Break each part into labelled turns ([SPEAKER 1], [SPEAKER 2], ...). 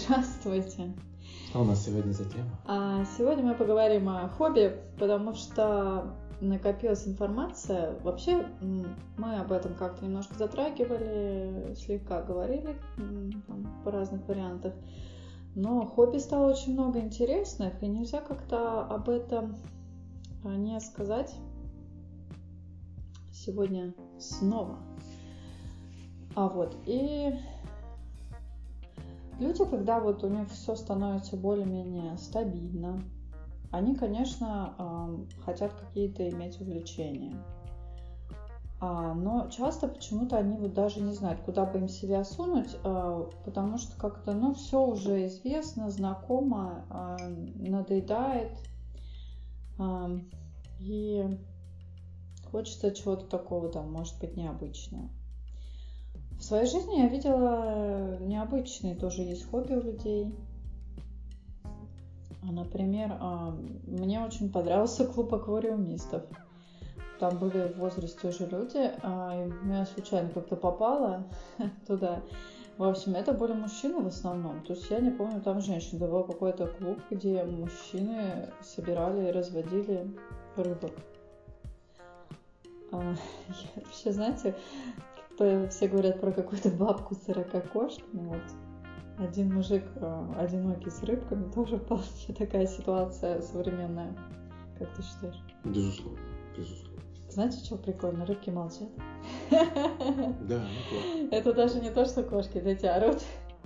[SPEAKER 1] Здравствуйте.
[SPEAKER 2] Что у нас сегодня за тема?
[SPEAKER 1] Сегодня мы поговорим о хобби, потому что накопилась информация. Вообще, мы об этом как-то немножко затрагивали, слегка говорили там, по разных вариантах. Но хобби стало очень много интересных, и нельзя как-то об этом не сказать сегодня снова. И люди, когда вот у них все становится более-менее стабильно, они, конечно, хотят какие-то иметь увлечения. Но часто почему-то они вот даже не знают, куда бы им себя сунуть, потому что как-то, все уже известно, знакомо, надоедает, и хочется чего-то такого там, может быть, необычного. В своей жизни я видела необычные тоже есть хобби у людей. Например, мне очень понравился клуб аквариумистов. Там были в возрасте уже люди, и я случайно как-то попала туда. В общем, это были мужчины в основном. То есть я не помню, там женщин. Это был какой-то клуб, где мужчины собирали и разводили рыбок. Вообще, знаете, все говорят про какую-то бабку с 40 кошками. Вот. Один мужик одинокий с рыбками, тоже вполне такая ситуация современная. Как ты считаешь?
[SPEAKER 2] Безусловно.
[SPEAKER 1] Знаете, что прикольно? Рыбки молчат.
[SPEAKER 2] Да,
[SPEAKER 1] это даже не то, что кошки, эти орут.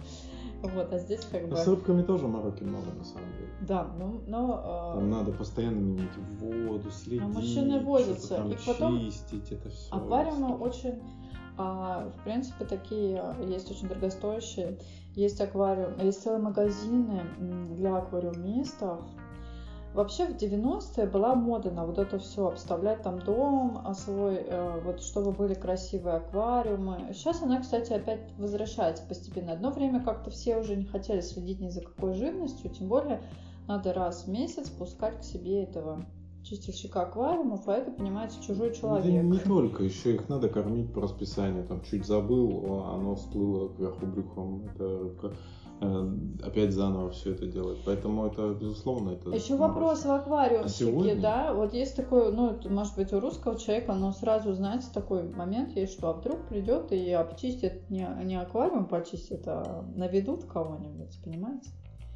[SPEAKER 1] А здесь как бы...
[SPEAKER 2] С рыбками тоже мороки много, на самом деле.
[SPEAKER 1] Да, но...
[SPEAKER 2] Там надо постоянно менять воду, следить,
[SPEAKER 1] мужчины возятся.
[SPEAKER 2] там
[SPEAKER 1] И потом
[SPEAKER 2] чистить, это все.
[SPEAKER 1] Аквариумы очень... в принципе, такие есть очень дорогостоящие. Есть аквариум, есть целые магазины для аквариумистов. Вообще в 90-е была мода на вот это все, обставлять там дом свой, чтобы были красивые аквариумы. Сейчас она, кстати, опять возвращается постепенно. Одно время как-то все уже не хотели следить ни за какой живностью, тем более надо раз в месяц пускать к себе этого чистильщика аквариумов, а это, понимаете, чужой человек.
[SPEAKER 2] Да не только, еще их надо кормить по расписанию. Там чуть забыл, оно всплыло кверху брюхом. Это опять заново все это делать. Поэтому это, безусловно, это...
[SPEAKER 1] Еще вопрос в аквариумщике, да? Вот есть такой, может быть, у русского человека, но сразу, знаете, такой момент есть, что вдруг придет и обчистит, не аквариум почистит, а наведут кого-нибудь, понимаете?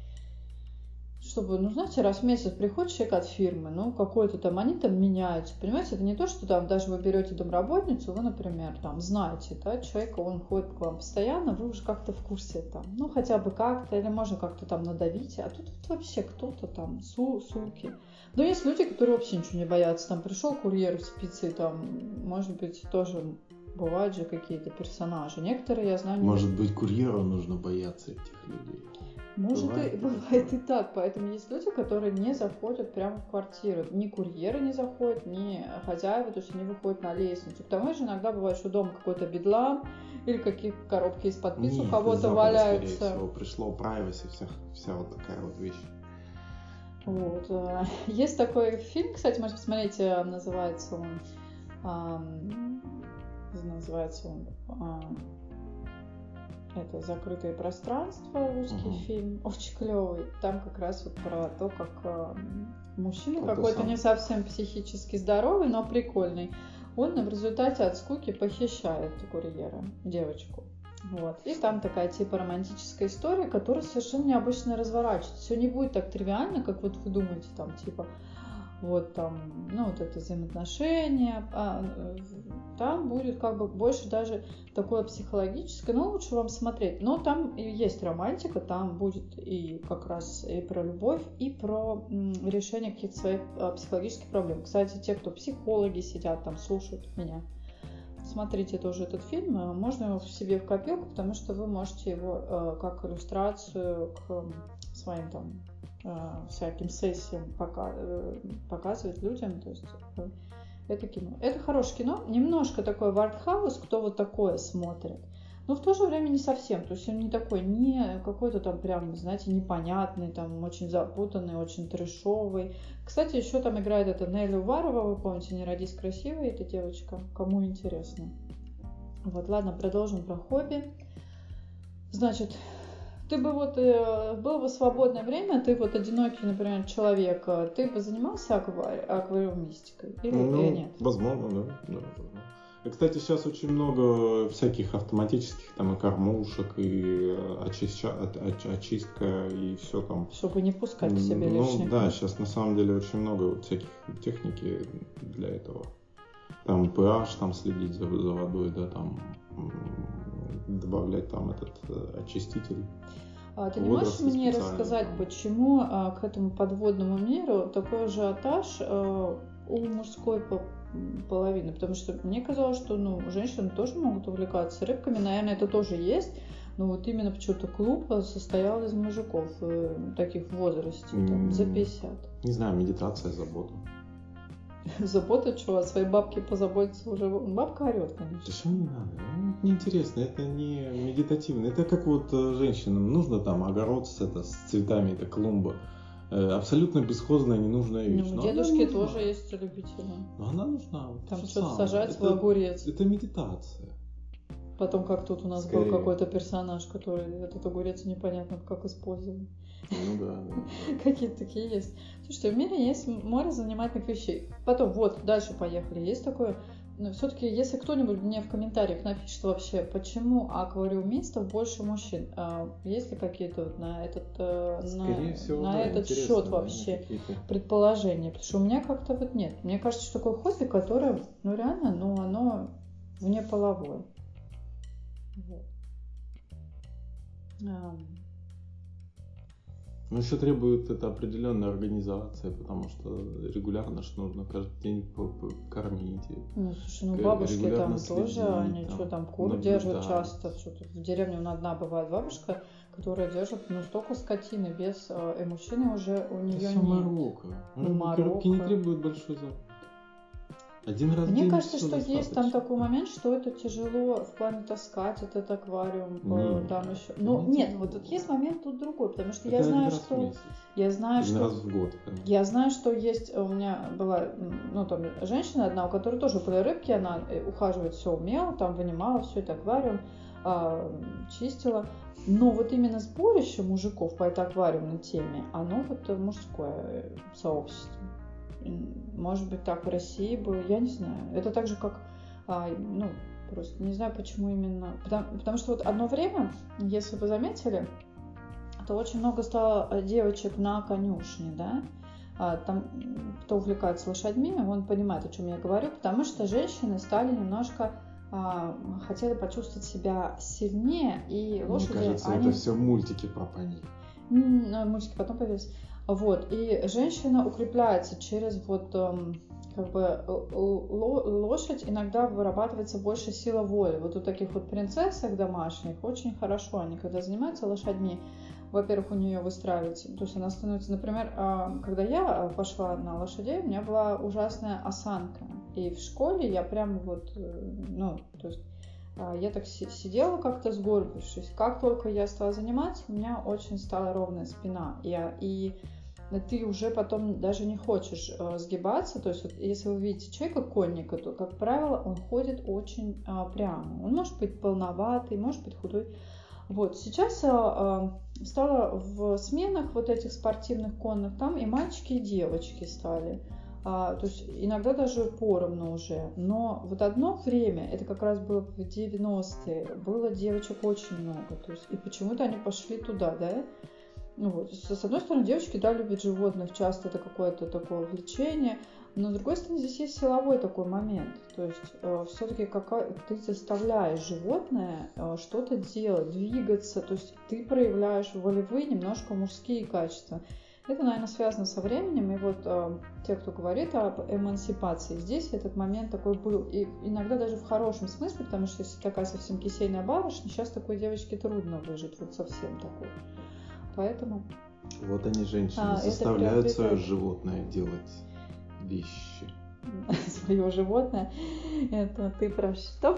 [SPEAKER 1] Чтобы, знаете, раз в месяц приходит человек от фирмы, какой-то там, они там меняются, понимаете, это не то, что там даже вы берете домработницу, вы, например, там знаете, да, человека, он ходит к вам постоянно, вы уже как-то в курсе там, хотя бы как-то, или можно как-то там надавить, а тут вот вообще кто-то там, суки. Но есть люди, которые вообще ничего не боятся, там пришел курьер с пиццей, там, может быть, тоже бывают же какие-то персонажи, некоторые, я знаю...
[SPEAKER 2] Может быть, курьеру нужно бояться этих людей.
[SPEAKER 1] Бывает и так, поэтому есть люди, которые не заходят прямо в квартиру, ни курьеры не заходят, ни хозяева, то есть они выходят на лестницу. К тому же иногда бывает, что дома какой-то бедлам или какие коробки из-под пиццы у кого-то валяются.
[SPEAKER 2] Скорее всего, пришло privacy, вся вот такая вот вещь.
[SPEAKER 1] Есть такой фильм, кстати, можете посмотреть, называется он это «Закрытое пространство», русский фильм, очень клевый. Там как раз вот про то, как мужчина какой-то не совсем психически здоровый, но прикольный. Он в результате от скуки похищает курьера, девочку. И там такая типа романтическая история, которая совершенно необычно разворачивается. Все не будет так тривиально, как вот вы думаете, там типа это взаимоотношения, там будет как бы больше даже такое психологическое, но лучше вам смотреть. Но там и есть романтика, там будет и как раз и про любовь, и про решение каких-то своих психологических проблем. Кстати, те, кто психологи сидят там, слушают меня, смотрите тоже этот фильм, можно его себе в копилку, потому что вы можете его как иллюстрацию к своим там всяким сессиям показывать людям, то есть это кино. Это хорошее кино, немножко такой артхаус, кто вот такое смотрит, но в то же время не совсем, то есть он не такой, не какой-то там прям, знаете, непонятный, там очень запутанный, очень трэшовый. Кстати, еще там играет эта Нелли Уварова, вы помните, «Не родись красивой», эта девочка, кому интересно. Ладно, продолжим про хобби. Значит, ты бы вот, было бы свободное время, ты вот одинокий, например, человек, ты бы занимался аквариумистикой или нет?
[SPEAKER 2] Возможно, да. И, кстати, сейчас очень много всяких автоматических там и кормушек, и очистка, и все там.
[SPEAKER 1] Чтобы не пускать к себе лишних.
[SPEAKER 2] Да, сейчас на самом деле очень много вот всяких техники для этого. Там pH, там следить за водой, да, там добавлять там этот очиститель.
[SPEAKER 1] Ты не можешь мне рассказать, почему к этому подводному миру такой ажиотаж у мужской половины? Потому что мне казалось, что женщины тоже могут увлекаться рыбками, наверное, это тоже есть, но вот именно почему-то клуб состоял из мужиков таких в возрасте, там, за 50.
[SPEAKER 2] Не знаю, медитация, забота.
[SPEAKER 1] Забота, что от своей бабки позаботиться уже. Бабка орет, конечно.
[SPEAKER 2] Почему не надо? Неинтересно, это не медитативно. Это как вот женщинам нужно там огород с цветами, это клумба. Абсолютно бесхозная, ненужная вещь.
[SPEAKER 1] У дедушки тоже есть любители.
[SPEAKER 2] Но она нужна.
[SPEAKER 1] Там что-то сажать свой огурец.
[SPEAKER 2] Это медитация.
[SPEAKER 1] Потом как тут у нас был какой-то персонаж, который этот огурец непонятно как использовал.
[SPEAKER 2] Ну да.
[SPEAKER 1] Какие-то такие есть. Слушайте, в мире есть море занимательных вещей. Потом, вот, дальше поехали. Есть такое... Но все-таки, если кто-нибудь мне в комментариях напишет вообще, почему аквариумистов больше мужчин, есть ли какие-то вот на этот счет вообще предположения? Потому что у меня как-то вот нет. Мне кажется, что такое хобби, которое, реально, оно внеполовое. Вот.
[SPEAKER 2] Еще требует это определенная организация, потому что регулярно ж нужно каждый день кормить.
[SPEAKER 1] Слушай, бабушки там тоже, они что там, кур держат часто. Что-то в деревне одна бывает бабушка, которая держит столько скотины, без и мужчины уже у нее
[SPEAKER 2] нет.
[SPEAKER 1] Это
[SPEAKER 2] Марокко. Рыбки не требуют большой заботы. Один раз
[SPEAKER 1] Мне кажется, что достаточно. Есть там такой момент, что это тяжело в плане таскать этот аквариум. Там еще. Нет, вот тут есть момент тут другой, потому что я знаю, что.
[SPEAKER 2] Один раз в год. Конечно.
[SPEAKER 1] Я знаю, что есть. У меня была там женщина одна, у которой тоже были рыбки, она ухаживать все умела, там вынимала все это аквариум, чистила. Но вот именно сборище мужиков по этой аквариумной теме, оно вот мужское сообщество. Может быть, так в России бы, я не знаю. Это так же, как, просто не знаю, почему именно. Потому что вот одно время, если вы заметили, то очень много стало девочек на конюшне, да. Там, кто увлекается лошадьми, он понимает, о чем я говорю, потому что женщины стали немножко хотели почувствовать себя сильнее, и лошади...
[SPEAKER 2] Мне кажется, это все мультики про пони.
[SPEAKER 1] Мультики потом появились. Вот, и женщина укрепляется через лошадь, иногда вырабатывается больше сила воли. Вот у таких вот принцессок домашних очень хорошо, они когда занимаются лошадьми, во-первых, у нее выстраивается, то есть она становится, например, когда я пошла на лошадей, у меня была ужасная осанка, и в школе я прям я так сидела как-то сгорбившись. Как только я стала заниматься, у меня очень стала ровная спина. И ты уже потом даже не хочешь сгибаться. То есть, вот, если вы видите человека конника, то, как правило, он ходит очень прямо. Он может быть полноватый, может быть худой. Вот. Сейчас стало в сменах вот этих спортивных конных, там и мальчики, и девочки стали. То есть иногда даже поровну уже. Но вот одно время, это как раз было в 90-е, было девочек очень много. То есть, и почему-то они пошли туда, да? Вот. С одной стороны, девочки, да, любят животных, часто это какое-то такое влечение. Но с другой стороны, здесь есть силовой такой момент. То есть все-таки ты заставляешь животное что-то делать, двигаться. То есть ты проявляешь волевые, немножко мужские качества. Это, наверное, связано со временем, и вот те, кто говорит об эмансипации, здесь этот момент такой был, и иногда даже в хорошем смысле, потому что если такая совсем кисейная барышня, сейчас такой девочке трудно выжить, вот совсем такой. Поэтому...
[SPEAKER 2] Вот они, женщины, заставляют свое животное делать вещи.
[SPEAKER 1] Свое животное? Это ты про что?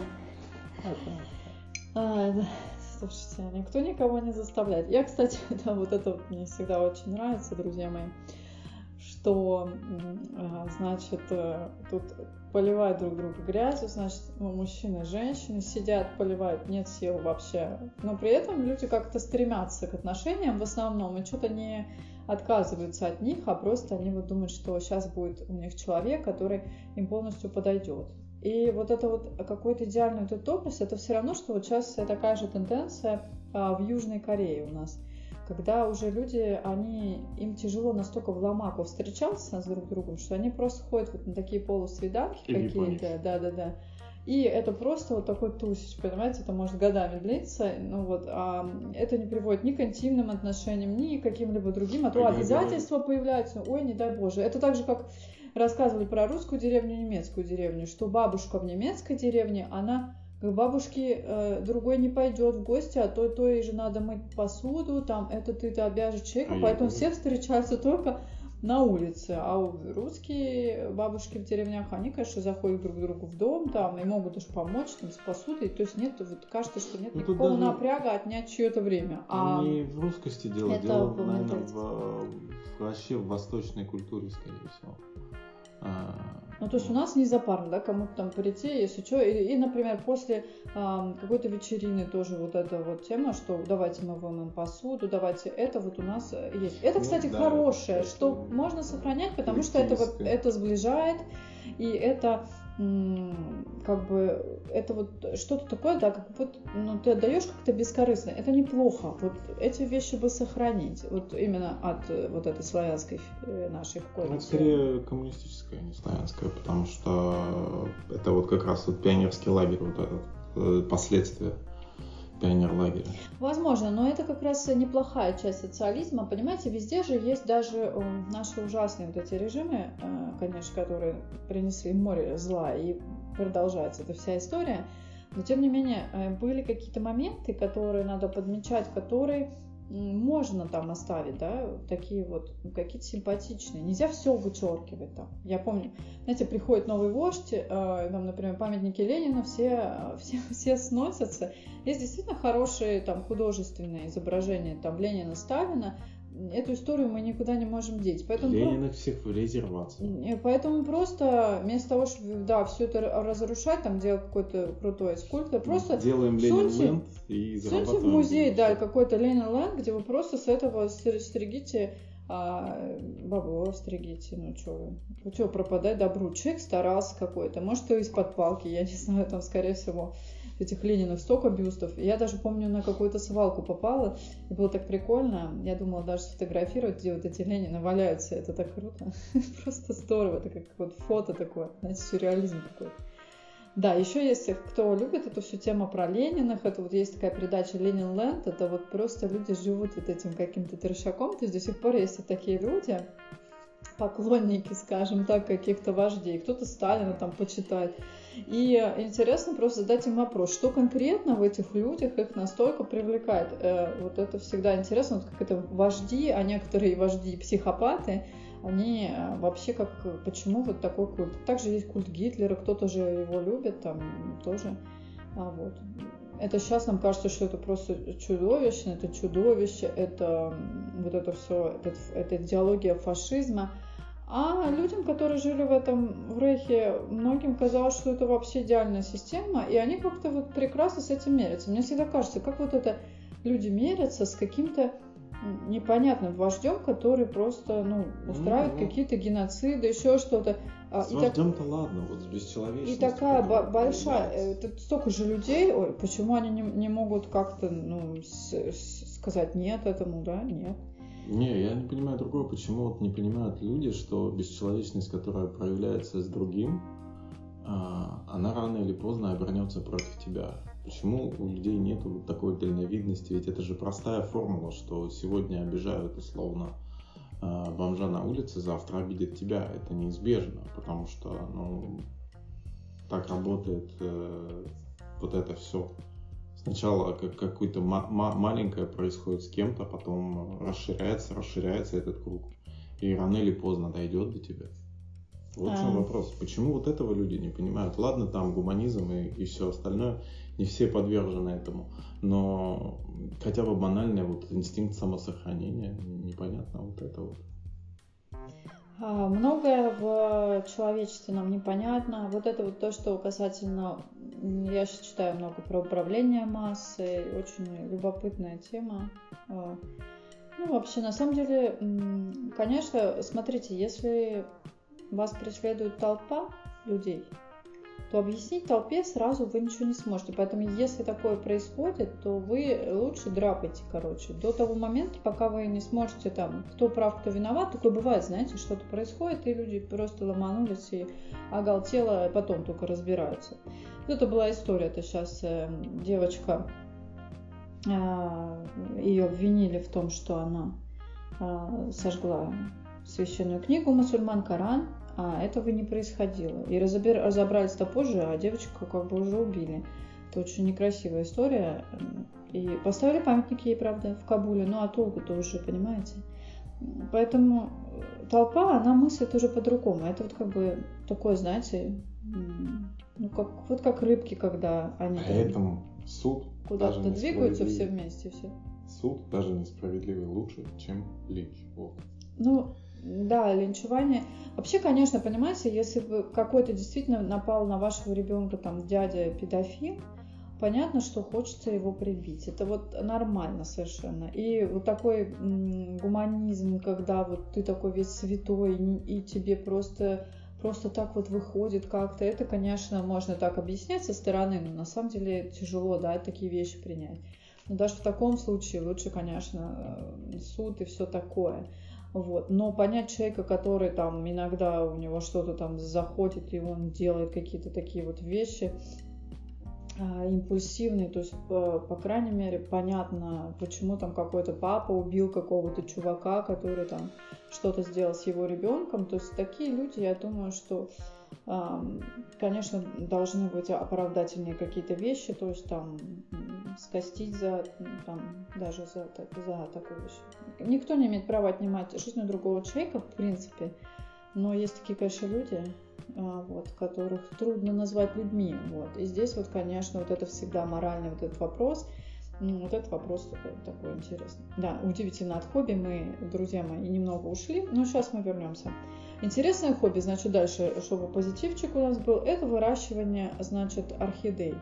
[SPEAKER 1] Слушайте, никто никого не заставляет. Я, кстати, это мне всегда очень нравится, друзья мои, что, значит, тут поливают друг друга грязью, значит, мужчины и женщины сидят, поливают, нет сил вообще. Но при этом люди как-то стремятся к отношениям в основном и что-то не отказываются от них, а просто они вот думают, что сейчас будет у них человек, который им полностью подойдет. И вот это вот какой-то идеальный этот образ, это все равно, что вот сейчас такая же тенденция в Южной Корее у нас. Когда уже люди, им тяжело настолько в ломаку встречаться с друг другом, что они просто ходят вот на такие полусвиданки какие-то, да. И это просто вот такой тусич, понимаете, это может годами длиться, а это не приводит ни к интимным отношениям, ни к каким-либо другим, а то обязательства появляются, ой, не дай боже. Это так же, как рассказывали про русскую деревню и немецкую деревню, что бабушка в немецкой деревне, она к бабушке другой не пойдет в гости, а то ей же надо мыть посуду, там это ты обяжешь человека, поэтому все встречаются только на улице. А русские бабушки в деревнях, они, конечно, заходят друг к другу в дом, там, и могут уж помочь там, с посудой. То есть нет, вот, кажется, что нет никакого напряга отнять чье-то время.
[SPEAKER 2] Не в русскости дело, наверное, вообще в восточной культуре, скорее всего.
[SPEAKER 1] То есть у нас не запарно, да, кому-то там прийти, если что, и, например, после какой-то вечерины тоже вот эта вот тема, что давайте мы вымоем посуду, давайте это вот у нас есть. Это, кстати, хорошее, это что можно сохранять, потому что это сближает, и это это вот что-то такое, да, как вот, ты отдаешь как-то бескорыстно, это неплохо, вот эти вещи бы сохранить, вот именно от вот этой славянской нашей какой-то.
[SPEAKER 2] Это скорее коммунистическая, а не славянская, потому что это вот как раз вот пионерский лагерь, вот этот последствия пионерлагеря.
[SPEAKER 1] Возможно, но это как раз неплохая часть социализма. Понимаете, везде же есть даже наши ужасные вот эти режимы, конечно, которые принесли море зла, и продолжается эта вся история. Но, тем не менее, были какие-то моменты, которые надо подмечать, которые можно там оставить, да, такие вот какие-то симпатичные. Нельзя все вычеркивать там. Я помню, знаете, приходит новый вождь, там, например, памятники Ленина, все сносятся. Есть действительно хорошие там художественные изображения там Ленина, Сталина. Эту историю мы никуда не можем деть. Поэтому
[SPEAKER 2] Ленина всех в резервации.
[SPEAKER 1] Поэтому просто вместо того, чтобы все это разрушать, там делать какой-то крутой скульптор, просто
[SPEAKER 2] делаем Ленин-ленд и зарабатываем.
[SPEAKER 1] Суньте в музей, да, какой-то Ленин-ленд, где вы просто с этого стригите бабло, стригите, что пропадать добру. Человек старался какой-то, может, и из-под палки, я не знаю, там, скорее всего, этих Лениных столько бюстов. Я даже помню, на какую-то свалку попала, и было так прикольно. Я думала даже сфотографировать, где вот эти Ленины валяются. Это так круто. Просто здорово. Это как вот фото такое, знаете, сюрреализм какой-то. Да, еще если кто любит эту всю тему про Лениных, это вот есть такая передача Ленин-ленд, это вот просто люди живут вот этим каким-то трешаком, то есть до сих пор есть такие люди, поклонники, скажем так, каких-то вождей, кто-то Сталина там почитает. И интересно просто задать им вопрос, что конкретно в этих людях их настолько привлекает. Вот это всегда интересно, вот как это вожди, а некоторые вожди психопаты, они вообще почему вот такой культ. Также есть культ Гитлера, кто-то же его любит, там тоже. Вот. Это сейчас нам кажется, что это просто чудовищно, это чудовище, это вот это все, это идеология фашизма. А людям, которые жили в Рейхе, многим казалось, что это вообще идеальная система, и они как-то вот прекрасно с этим мерятся. Мне всегда кажется, как вот это люди мерятся с каким-то непонятным вождем, который просто устраивает какие-то геноциды, еще что-то.
[SPEAKER 2] С вождем-то ладно, вот с бесчеловечностью.
[SPEAKER 1] И такая большая, столько же людей, почему они не могут как-то сказать нет этому, да, нет.
[SPEAKER 2] Не, я не понимаю другое, почему вот не понимают люди, что бесчеловечность, которая проявляется с другим, она рано или поздно обернется против тебя. Почему у людей нет вот такой дальновидности? Ведь это же простая формула, что сегодня обижают условно бомжа на улице, завтра обидят тебя. Это неизбежно, потому что так работает вот это все. Сначала какое-то маленькое происходит с кем-то, потом расширяется этот круг. И рано или поздно дойдет до тебя. Вот в чем вопрос. Почему вот этого люди не понимают? Ладно, там гуманизм и все остальное, не все подвержены этому. Но хотя бы банальный вот инстинкт самосохранения, непонятно вот это вот.
[SPEAKER 1] Многое в человечестве нам непонятно. Вот это вот то, что касательно, я сейчас читаю много про управление массой, очень любопытная тема. Ну, вообще, на самом деле, конечно, смотрите, если вас преследует толпа людей, то объяснить толпе сразу вы ничего не сможете. Поэтому, если такое происходит, то вы лучше драпайте, до того момента, пока вы не сможете там, кто прав, кто виноват. Такое бывает, знаете, что-то происходит, и люди просто ломанулись и оголтело, потом только разбираются. Это была история, это сейчас девочка, ее обвинили в том, что она сожгла священную книгу мусульман, Коран, а этого не происходило. И разобрались-то позже, а девочку как бы уже убили. Это очень некрасивая история. И поставили памятник ей, правда, в Кабуле. Ну, а толку-то уже, понимаете? Поэтому толпа, она мыслит уже по-другому. Это вот как бы такое, знаете, ну, как рыбки, когда они...
[SPEAKER 2] Поэтому суд
[SPEAKER 1] куда-то двигаются все вместе. Все.
[SPEAKER 2] Суд даже несправедливый лучше, чем линч. Вот.
[SPEAKER 1] Ну, да, линчевание. Вообще, конечно, понимаете, если бы какой-то действительно напал на вашего ребенка, там, дядя педофил, понятно, что хочется его прибить. Это вот нормально совершенно. И вот такой гуманизм, когда вот ты такой весь святой, и тебе просто так вот выходит как-то, это, конечно, можно так объяснять со стороны, но на самом деле тяжело, да, такие вещи принять. Но даже в таком случае лучше, конечно, суд и все такое. Вот. Но понять человека, который там иногда у него что-то там заходит, и он делает какие-то такие вот вещи импульсивные, то есть, по крайней мере, понятно, почему там какой-то папа убил какого-то чувака, который там что-то сделал с его ребенком. То есть такие люди, я думаю, что, конечно, должны быть оправдательные какие-то вещи, то есть там скостить даже за такую вещь. Никто не имеет права отнимать жизнь у другого человека, в принципе, но есть такие, конечно, люди, которых трудно назвать людьми. Вот. И здесь, вот, конечно, вот это всегда моральный вот этот вопрос. Вот этот вопрос такой интересный. Да, удивительно, от хобби мы, друзья мои, немного ушли, но сейчас мы вернемся. Интересное хобби, значит, дальше, чтобы позитивчик у нас был, это выращивание, значит, орхидей.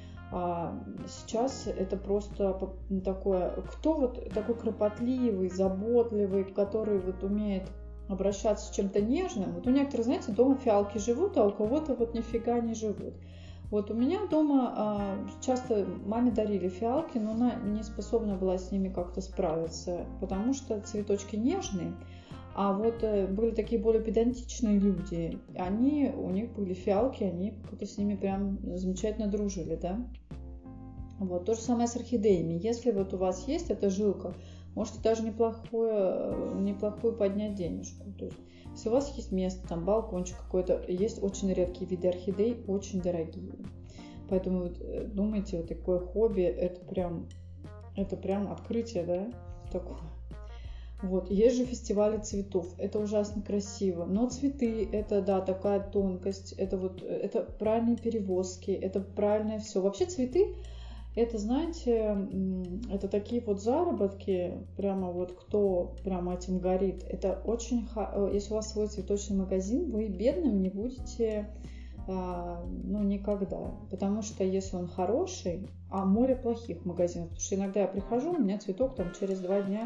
[SPEAKER 1] Сейчас это просто такое, кто вот такой кропотливый, заботливый, который вот умеет обращаться с чем-то нежным. Вот у некоторых, знаете, дома фиалки живут, а у кого-то вот нифига не живут. Вот у меня дома часто маме дарили фиалки, но она не способна была с ними как-то справиться, потому что цветочки нежные. А вот были такие более педантичные люди, у них были фиалки, они как-то с ними прям замечательно дружили, да. Вот, то же самое с орхидеями. Если вот у вас есть эта жилка, можете даже неплохую поднять денежку. То есть, если у вас есть место, там балкончик какой-то, есть очень редкие виды орхидей, очень дорогие. Поэтому вот, думайте, вот такое хобби, это прям открытие, да, такое. Вот, есть же фестивали цветов, это ужасно красиво, но цветы, это, да, такая тонкость, это правильные перевозки, это правильное все. Вообще цветы, это, знаете, это такие вот заработки, прямо вот кто прямо этим горит. Это очень, если у вас свой цветочный магазин, вы бедным не будете, никогда. Потому что если он хороший, а море плохих магазинов, потому что иногда я прихожу, у меня цветок там через 2 дня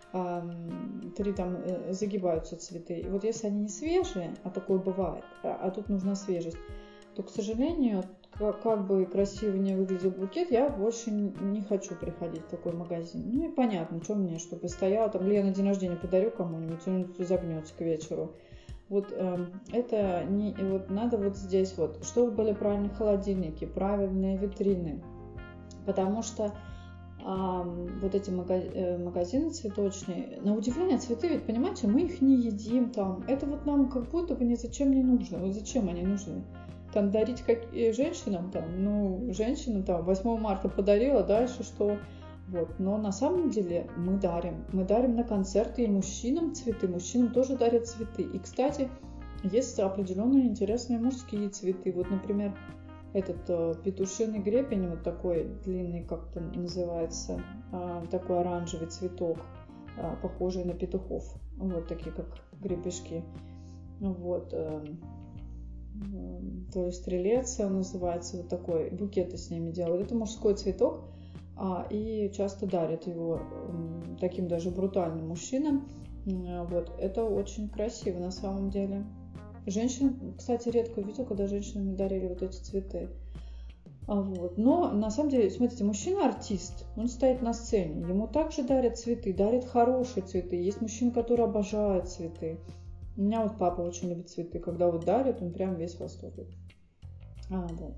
[SPEAKER 1] 3 там загибаются цветы. И вот если они не свежие, а такое бывает, а тут нужна свежесть, то, к сожалению, как бы красиво не выглядел букет, я больше не хочу приходить в такой магазин. Ну и понятно, что мне, чтобы стояла, там, я на день рождения подарю кому-нибудь, он загнется к вечеру. Вот это не, вот надо вот здесь вот, чтобы были правильные холодильники, правильные витрины, потому что вот эти магазины цветочные, на удивление, цветы, ведь, понимаете, мы их не едим там, это вот нам как будто бы ни зачем не нужно, вот зачем они нужны? Там дарить женщинам, женщина там 8 марта подарила, дальше что? Вот. Но на самом деле мы дарим на концерты и мужчинам цветы, мужчинам тоже дарят цветы. И, кстати, есть определенные интересные мужские цветы. Вот, например, этот петушиный гребень, вот такой длинный, как-то называется, такой оранжевый цветок, похожий на петухов, вот такие как гребешки. Вот. То есть стрелец он называется, вот такой, букеты с ними делают. Это мужской цветок, и часто дарят его таким даже брутальным мужчинам. Вот. Это очень красиво на самом деле. Женщин, кстати, редко видел, когда женщинам дарили вот эти цветы. Вот. Но на самом деле, смотрите, мужчина артист, он стоит на сцене, ему также дарят цветы, дарят хорошие цветы. Есть мужчины, которые обожают цветы. У меня вот папа очень любит цветы, когда вот дарят, он прям весь в восторге. Вот.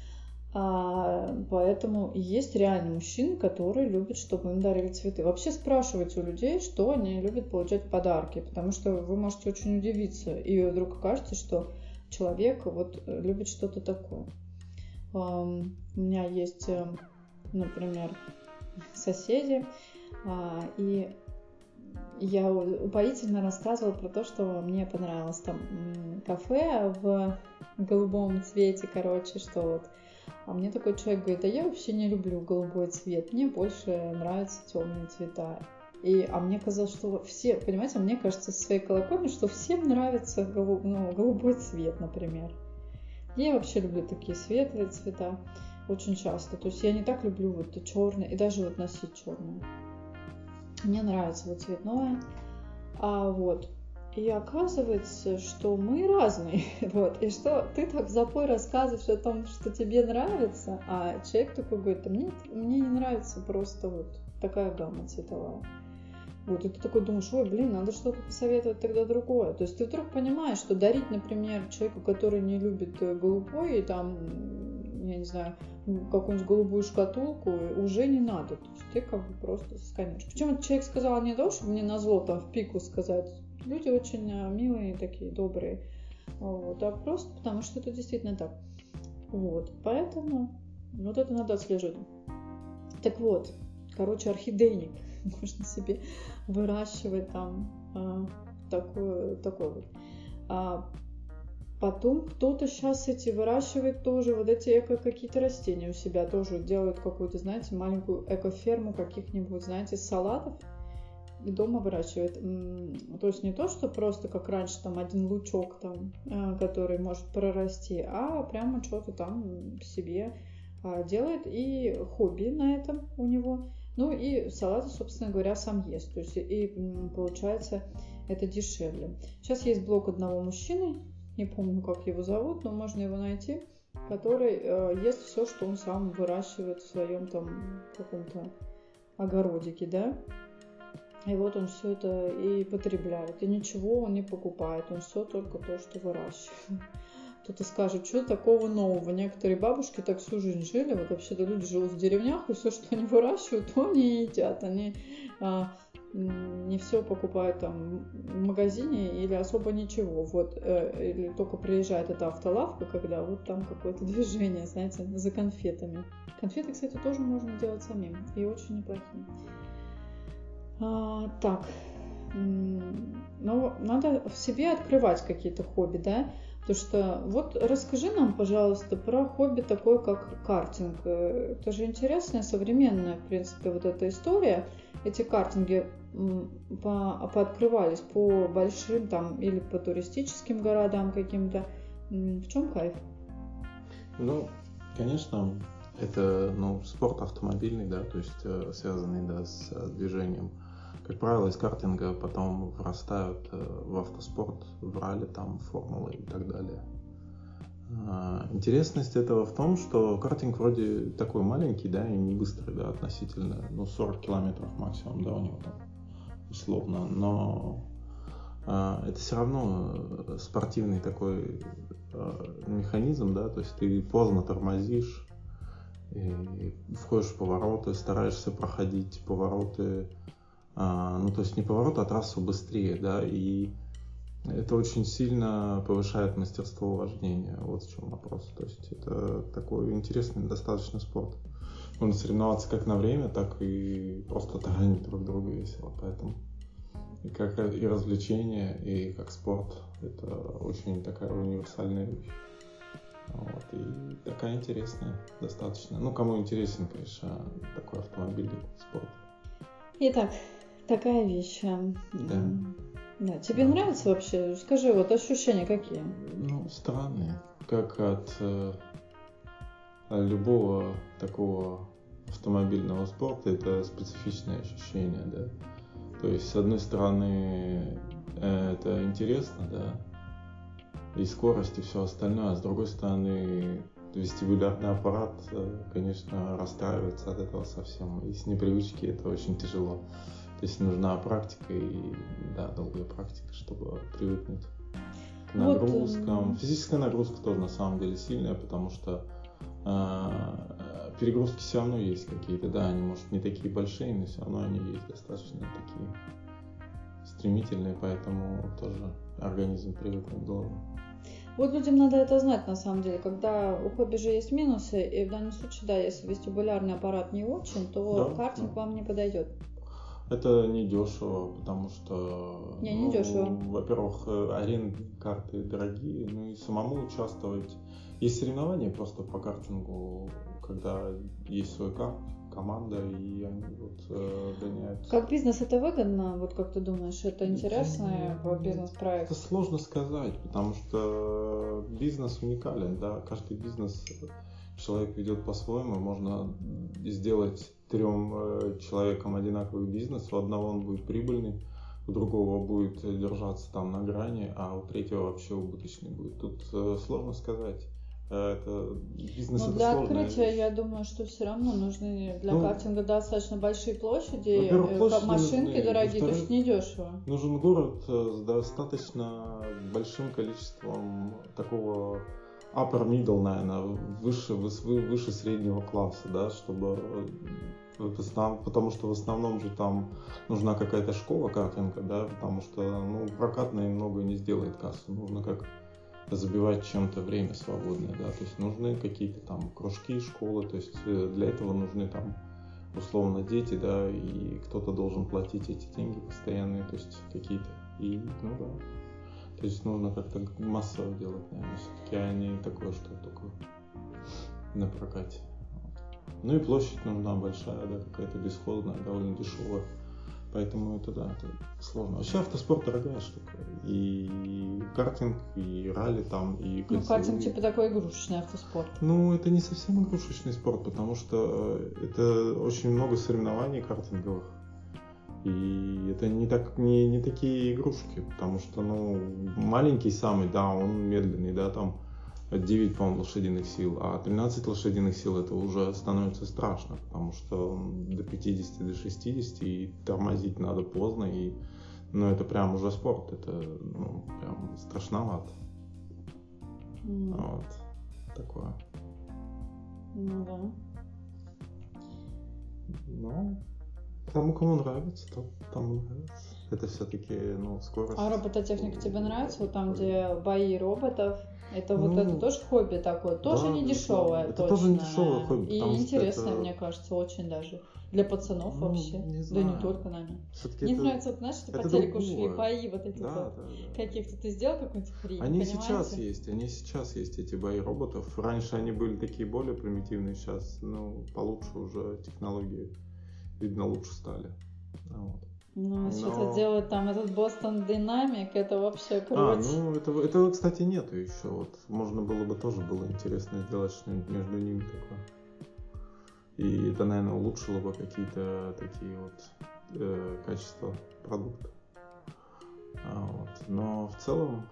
[SPEAKER 1] Поэтому есть реально мужчины, которые любят, чтобы им дарили цветы. Вообще спрашивайте у людей, что они любят получать в подарки, потому что вы можете очень удивиться, и вдруг окажется, что человек вот любит что-то такое. У меня есть, например, соседи, и я упоительно рассказывала про то, что мне понравилось там кафе в голубом цвете, короче, что вот. А мне такой человек говорит, я вообще не люблю голубой цвет, мне больше нравятся темные цвета. А мне казалось, что все, понимаете, мне кажется, со своей колокольни, что всем нравится голубой цвет, например. Я вообще люблю такие светлые цвета очень часто. То есть я не так люблю вот черный и даже вот носить черное. Мне нравится вот цветное. Вот. И оказывается, что мы разные. Вот. И что ты так в запой рассказываешь о том, что тебе нравится, а человек такой говорит, мне не нравится просто вот такая гамма цветовая. Вот, и ты такой думаешь, ой, блин, надо что-то посоветовать тогда другое. То есть ты вдруг понимаешь, что дарить, например, человеку, который не любит голубой, и там, я не знаю, какую-нибудь голубую шкатулку, уже не надо. То есть ты как бы просто сканешь. Причем этот человек сказал не то, чтобы мне назло там в пику сказать. Люди очень милые, такие добрые. Вот, а просто потому что это действительно так. Вот, поэтому вот это надо отслеживать. Так вот, короче, орхидейник. Можно себе выращивать там такой вот. Потом кто-то сейчас выращивает тоже вот эти какие-то растения у себя, тоже делают какую-то, знаете, маленькую экоферму каких-нибудь, знаете, салатов и дома выращивает. То есть не то, что просто как раньше там один лучок там, который может прорасти, а прямо что-то там себе делает, и хобби на этом у него. Ну и салаты, собственно говоря, сам ест. То есть и получается это дешевле. Сейчас есть блог одного мужчины, не помню, как его зовут, но можно его найти, который ест все, что он сам выращивает в своем там каком-то огородике, да. И вот он все это и потребляет. И ничего он не покупает. Он все только то, что выращивает. Кто-то скажет, что такого нового. Некоторые бабушки так всю жизнь жили. Вот вообще-то люди живут в деревнях, и все, что они выращивают, то они едят. Они не все покупают там в магазине или особо ничего. Вот, или только приезжает эта автолавка, когда вот там какое-то движение, знаете, за конфетами. Конфеты, кстати, тоже можно делать самим. И очень неплохие. Так. Но надо в себе открывать какие-то хобби, да? Потому что вот расскажи нам, пожалуйста, про хобби такое, как картинг. Это же интересная, современная, в принципе, вот эта история. Эти картинги пооткрывались по большим там или по туристическим городам каким-то. В чем кайф?
[SPEAKER 2] Ну, конечно, это спорт автомобильный, да, то есть связанный, да, с движением. Как правило, из картинга потом вырастают в автоспорт, в ралли, там, формулы и так далее. Интересность этого в том, что картинг вроде такой маленький, да, и не быстрый, да, относительно, 40 километров максимум, да, у него там, условно, но это все равно спортивный такой механизм, да, то есть ты поздно тормозишь, и входишь в повороты, стараешься проходить повороты, то есть не поворот, а трассу быстрее, да, и это очень сильно повышает мастерство вождения, вот в чем вопрос. То есть это такой интересный достаточно спорт. Можно соревноваться как на время, так и просто таранить друг друга весело, поэтому и как и развлечение, и как спорт, это очень такая универсальная вещь. Вот, и такая интересная достаточно. Кому интересен, конечно, такой автомобильный спорт.
[SPEAKER 1] Итак, такая вещь.
[SPEAKER 2] Да.
[SPEAKER 1] Да, тебе нравится вообще? Скажи, вот ощущения какие?
[SPEAKER 2] Ну, странные. Как от любого такого автомобильного спорта, это специфичное ощущение, да. То есть, с одной стороны, это интересно, да, и скорость, и все остальное, а с другой стороны, вестибулярный аппарат, конечно, расстраивается от этого совсем, и с непривычки это очень тяжело. То есть нужна практика и, да, долгая практика, чтобы привыкнуть к нагрузкам. Физическая нагрузка тоже на самом деле сильная, потому что перегрузки все равно есть какие-то, да, они, может, не такие большие, но все равно они есть достаточно такие стремительные, поэтому тоже организм привыкнуть долго.
[SPEAKER 1] Вот людям надо это знать, на самом деле, когда у хобби же есть минусы, и в данном случае, да, если вестибулярный аппарат не очень, то
[SPEAKER 2] Да,
[SPEAKER 1] картинг вам не подойдет.
[SPEAKER 2] Это не дешево, потому что,
[SPEAKER 1] Не дешево.
[SPEAKER 2] Во-первых, арендные карты дорогие, ну и самому участвовать. Есть соревнования просто по картингу, когда есть свой карт, команда, и они вот гоняют.
[SPEAKER 1] Как бизнес это выгодно? Вот как ты думаешь, это интересный бизнес-проект?
[SPEAKER 2] Это сложно сказать, потому что бизнес уникален, да, каждый бизнес человек ведет по-своему, можно сделать 3 человекам одинаковый бизнес, у одного он будет прибыльный, у другого будет держаться там на грани, а у третьего вообще убыточный будет. Тут сложно сказать. Это бизнес.
[SPEAKER 1] Но
[SPEAKER 2] это
[SPEAKER 1] для
[SPEAKER 2] сложная
[SPEAKER 1] открытия,
[SPEAKER 2] вещь.
[SPEAKER 1] я думаю, что все равно нужны для картинга достаточно большие площади,
[SPEAKER 2] площади
[SPEAKER 1] машинки
[SPEAKER 2] нужны,
[SPEAKER 1] дорогие, то есть недешево.
[SPEAKER 2] Нужен город с достаточно большим количеством такого upper middle, наверное, выше среднего класса, да, чтобы потому что в основном же там нужна какая-то школа картинга, да, потому что прокатная много не сделает кассу, нужно как забивать чем-то время свободное, да, то есть нужны какие-то там кружки, школы, то есть для этого нужны там условно дети, да, и кто-то должен платить эти деньги постоянные, то есть какие-то, и, да, то есть нужно как-то массово делать, наверное, все-таки, а не такое, что только на прокате. Ну и площадь нужна большая, да, какая-то бесхозная, довольно дешевая. Поэтому это сложно. Вообще автоспорт дорогая штука. И картинг, и ралли там, и кольцевые.
[SPEAKER 1] Картинг типа такой игрушечный автоспорт.
[SPEAKER 2] Это не совсем игрушечный спорт, потому что это очень много соревнований картинговых. И это не такие игрушки, потому что, маленький самый, да, он медленный, да, там 9, по-моему, лошадиных сил, а 13 лошадиных сил это уже становится страшно, потому что до 50, до 60 и тормозить надо поздно, и это прям уже спорт, это прям страшновато. Вот такое.
[SPEAKER 1] Да.
[SPEAKER 2] Тому, кому нравится, тому нравится. Это все-таки, скорость.
[SPEAKER 1] А робототехника тебе нравится? Вот там, где бои роботов? Это это тоже хобби такое, тоже не дешевое,
[SPEAKER 2] это
[SPEAKER 1] точно.
[SPEAKER 2] Тоже не дешевое хобби.
[SPEAKER 1] И интересное, мне кажется, очень даже. Для пацанов вообще.
[SPEAKER 2] Не знаю.
[SPEAKER 1] Да не только, наверное.
[SPEAKER 2] Все-таки
[SPEAKER 1] Мне нравится, знаешь, что по телеку шли бои вот эти каких-то. Ты сделал какую-нибудь хрень,
[SPEAKER 2] Они сейчас есть эти бои роботов. Раньше они были такие более примитивные, сейчас, получше уже технологии, видно, лучше стали.
[SPEAKER 1] Что-то делать там этот Boston Dynamic, это вообще круто.
[SPEAKER 2] Этого, кстати, нету еще. Вот можно было интересно сделать что-нибудь между ними такое. И это, наверное, улучшило бы какие-то такие вот качества продукта. Но в целом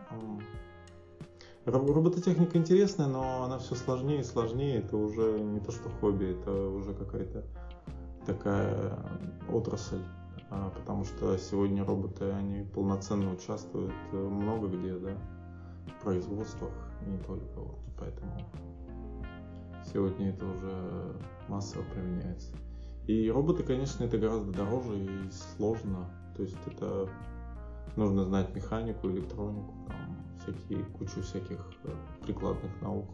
[SPEAKER 2] робототехника интересная, но она все сложнее и сложнее. Это уже не то, что хобби, это уже какая-то такая отрасль. Потому что сегодня роботы, они полноценно участвуют много где, да, в производствах, не только поэтому сегодня это уже массово применяется. И роботы, конечно, это гораздо дороже и сложно, то есть это нужно знать механику, электронику, там кучу всяких прикладных наук.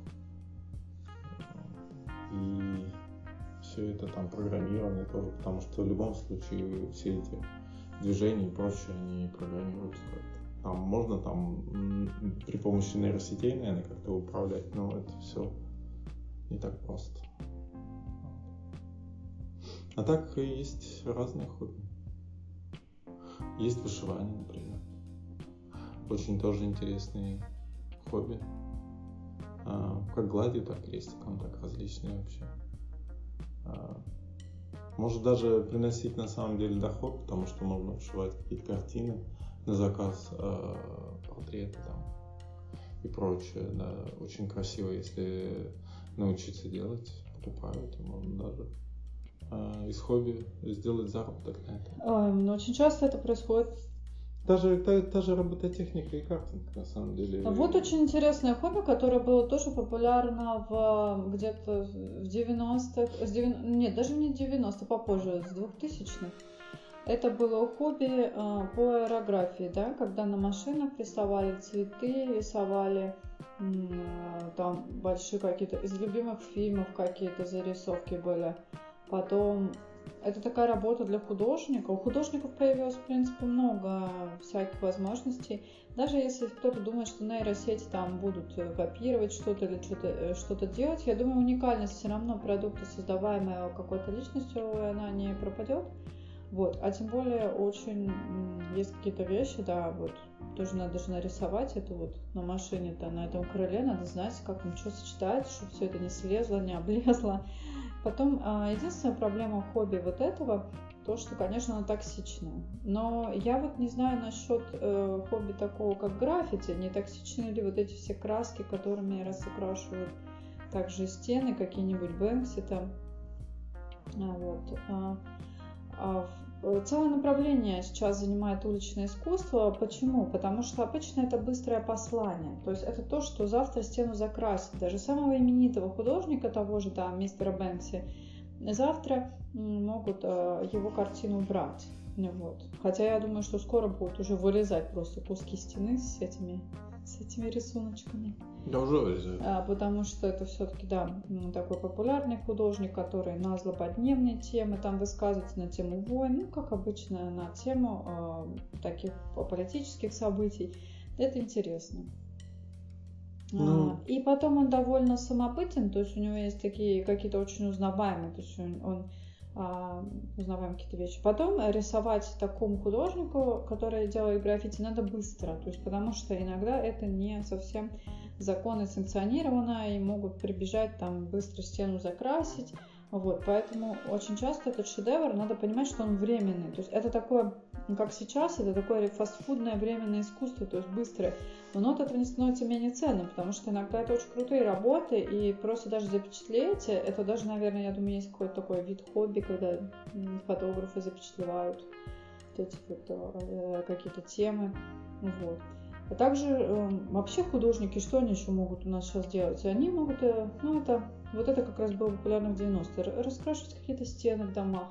[SPEAKER 2] И все это там программирование тоже, потому что в любом случае все эти движения и прочее, они программируются как-то. Там можно при помощи нейросетей, наверное, как-то управлять, но это все не так просто. А так есть разные хобби. Есть вышивание, например. очень тоже интересные хобби. Как гладью, так крестиком, так различные вообще. Может даже приносить на самом деле доход, потому что можно вышивать какие-то картины на заказ, портреты там и прочее. Да. Очень красиво, если научиться делать, покупают, и можно даже из хобби сделать заработок на это.
[SPEAKER 1] Но очень часто это происходит.
[SPEAKER 2] Та же робототехника и картинг, на самом деле.
[SPEAKER 1] Вот очень интересное хобби, которое было тоже популярно где-то в 90-х, нет, даже не 90-х, попозже, с 2000-х. Это было хобби по аэрографии, да, когда на машинах рисовали цветы, рисовали там большие какие-то из любимых фильмов какие-то зарисовки были. Потом это такая работа для художника. У художников появилось, в принципе, много всяких возможностей. Даже если кто-то думает, что нейросети там будут копировать что-то или что-то делать, я думаю, уникальность все равно продукта, создаваемого какой-то личностью, она не пропадет. Вот. А тем более очень есть какие-то вещи, да, вот тоже надо же нарисовать это вот на машине-то, на этом крыле, надо знать, как там что сочетать, чтобы все это не слезло, не облезло. Потом, единственная проблема хобби вот этого, то, что, конечно, оно токсичное. Но я вот не знаю насчет хобби такого, как граффити, не токсичны ли вот эти все краски, которыми расукрашивают также стены, какие-нибудь Бэнкси там. Вот. Целое направление сейчас занимает уличное искусство. Почему? Потому что обычно это быстрое послание. То есть это то, что завтра стену закрасит. Даже самого именитого художника, того же, да, мистера Бэнкси, завтра могут его картину убрать. Вот. Хотя я думаю, что скоро будут уже вырезать просто куски стены с этими рисуночками.
[SPEAKER 2] Да, уже вырезают.
[SPEAKER 1] Потому что это все-таки, да, такой популярный художник, который на злободневные темы там высказывается, на тему войн, ну, как обычно, на тему таких политических событий. Это интересно. И потом он довольно самобытен, то есть у него есть такие какие-то очень узнаваемые, то есть он узнаваем какие-то вещи. Потом рисовать такому художнику, который делает граффити, надо быстро, то есть потому что иногда это не совсем законно санкционировано и могут прибежать там быстро стену закрасить. Вот, поэтому очень часто этот шедевр, надо понимать, что он временный. То есть это такое, как сейчас, это такое фастфудное временное искусство, то есть быстрое. Но от этого не становится менее ценным, потому что иногда это очень крутые работы, и просто даже запечатлеть, это даже, наверное, я думаю, есть какой-то такой вид хобби, когда фотографы запечатлевают вот эти вот, какие-то темы. Вот. А также вообще художники, что они еще могут у нас сейчас делать? Они могут, вот это как раз было популярно в 90-е, раскрашивать какие-то стены в домах.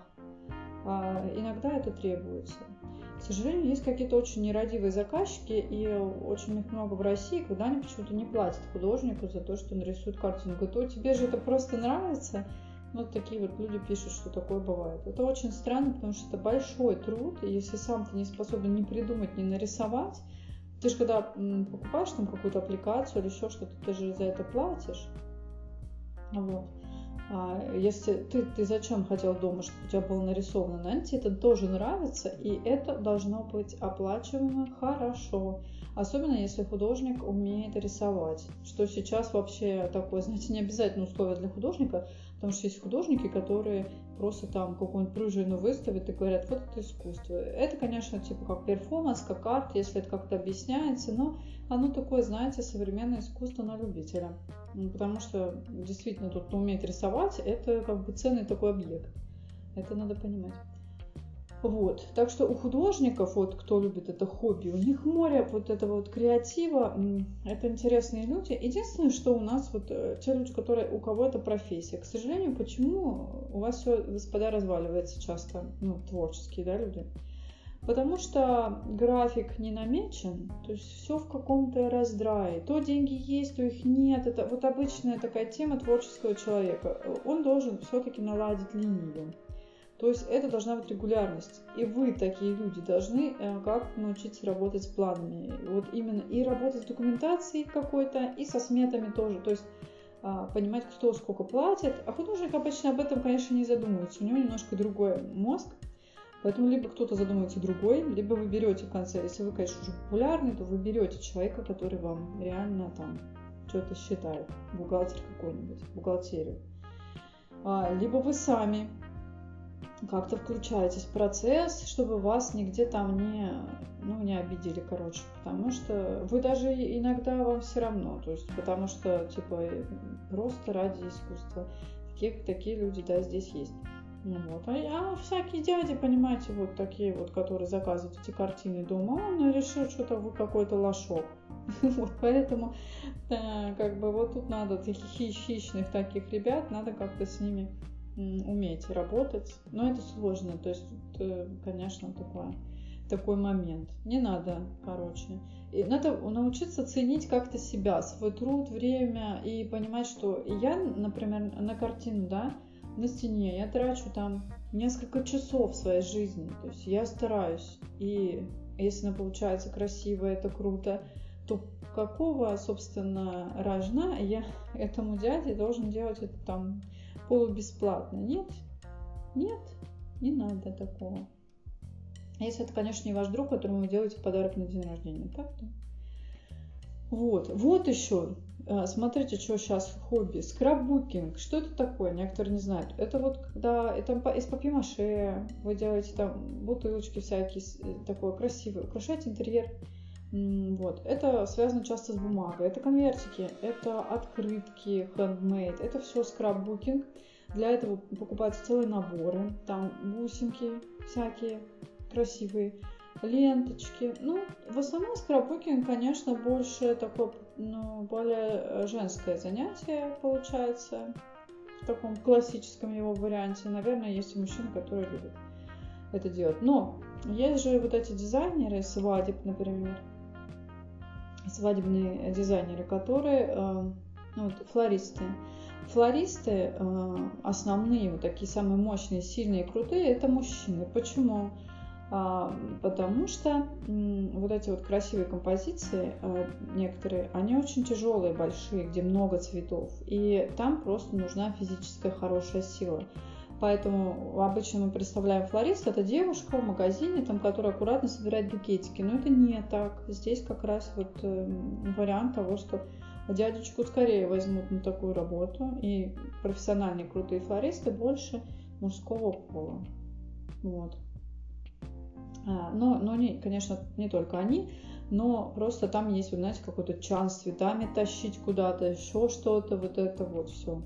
[SPEAKER 1] Иногда это требуется. К сожалению, есть какие-то очень нерадивые заказчики, и очень их много в России, когда они почему-то не платят художнику за то, что он рисует картину. Говорят, тебе же это просто нравится. Вот такие вот люди пишут, что такое бывает. Это очень странно, потому что это большой труд, и если сам ты не способен ни придумать, ни нарисовать, ты же когда покупаешь там какую-то аппликацию или еще что-то, ты же за это платишь. Вот. Если ты зачем хотел дома, чтобы у тебя было нарисовано, наверное, тебе это тоже нравится, и это должно быть оплачиваемо хорошо. Особенно если художник умеет рисовать, что сейчас вообще такое, знаете, не обязательное условие для художника, потому что есть художники, которые просто там какую-нибудь пружину выставят и говорят, вот это искусство. Это, конечно, типа как перформанс, как арт, если это как-то объясняется, но оно такое, знаете, современное искусство на любителя. Потому что действительно тот, кто умеет рисовать, это как бы ценный такой объект. Это надо понимать. Вот. Так что у художников, вот кто любит это хобби, у них море вот этого вот креатива, это интересные люди. Единственное, что у нас вот те люди, у кого это профессия. К сожалению, почему у вас все, господа, разваливается часто, творческие, да, люди? Потому что график не намечен, то есть все в каком-то раздрае. То деньги есть, то их нет. Это вот обычная такая тема творческого человека. Он должен все-таки наладить линию. То есть это должна быть регулярность. И вы, такие люди, должны как научиться работать с планами. Вот именно и работать с документацией какой-то, и со сметами тоже. То есть понимать, кто сколько платит. А художник обычно об этом, конечно, не задумывается. У него немножко другой мозг. Поэтому либо кто-то задумывается другой, либо вы берете в конце, если вы, конечно, уже популярный, то вы берете человека, который вам реально там что-то считает, бухгалтер какой-нибудь, бухгалтерию. Либо вы сами как-то включаетесь в процесс, чтобы вас нигде там не обидели, короче, потому что вы даже иногда вам все равно, то есть потому что типа просто ради искусства такие люди, да, здесь есть. Вот. А всякие дяди, понимаете, вот такие вот, которые заказывают эти картины дома, он решил, что-то вы какой-то лошок. Вот, поэтому как бы вот тут надо таких хищных таких ребят, надо как-то с ними уметь работать. Но это сложно, то есть, конечно, такой момент. Не надо, короче. И надо научиться ценить как-то себя, свой труд, время и понимать, что я, например, на картину, да, на стене я трачу там несколько часов своей жизни, то есть я стараюсь, и если она получается красивая, это круто, то какого, собственно, рожна я этому дяде должен делать это там полубесплатно? Нет, не надо такого. Если это, конечно, не ваш друг, которому вы делаете подарок на день рождения, так-то. Вот еще. Смотрите, что сейчас в хобби. Скраббукинг. Что это такое? Некоторые не знают. Это вот когда это из папье-маше вы делаете там бутылочки всякие, такое красивое, украшаете интерьер. Вот. Это связано часто с бумагой. Это конвертики, это открытки, handmade. Это все скраббукинг. Для этого покупаются целые наборы. Там бусинки всякие красивые, ленточки. В основном скраббукинг, конечно, больше такое, более женское занятие получается в таком классическом его варианте. Наверное, есть и мужчины, которые любят это делать. Но есть же вот эти дизайнеры свадеб, например, свадебные дизайнеры, которые, флористы. Флористы основные, вот такие самые мощные, сильные, крутые, это мужчины. Почему? Потому что вот эти вот красивые композиции, некоторые, они очень тяжелые, большие, где много цветов, и там просто нужна физическая хорошая сила. Поэтому обычно мы представляем флориста, это девушка в магазине, там, которая аккуратно собирает букетики, но это не так. Здесь как раз вот вариант того, что дядечку скорее возьмут на такую работу, и профессиональные крутые флористы больше мужского пола. Вот. Но конечно, не только они, но просто там есть, вы знаете, какой-то чан с цветами тащить куда-то, еще что-то, вот это вот все.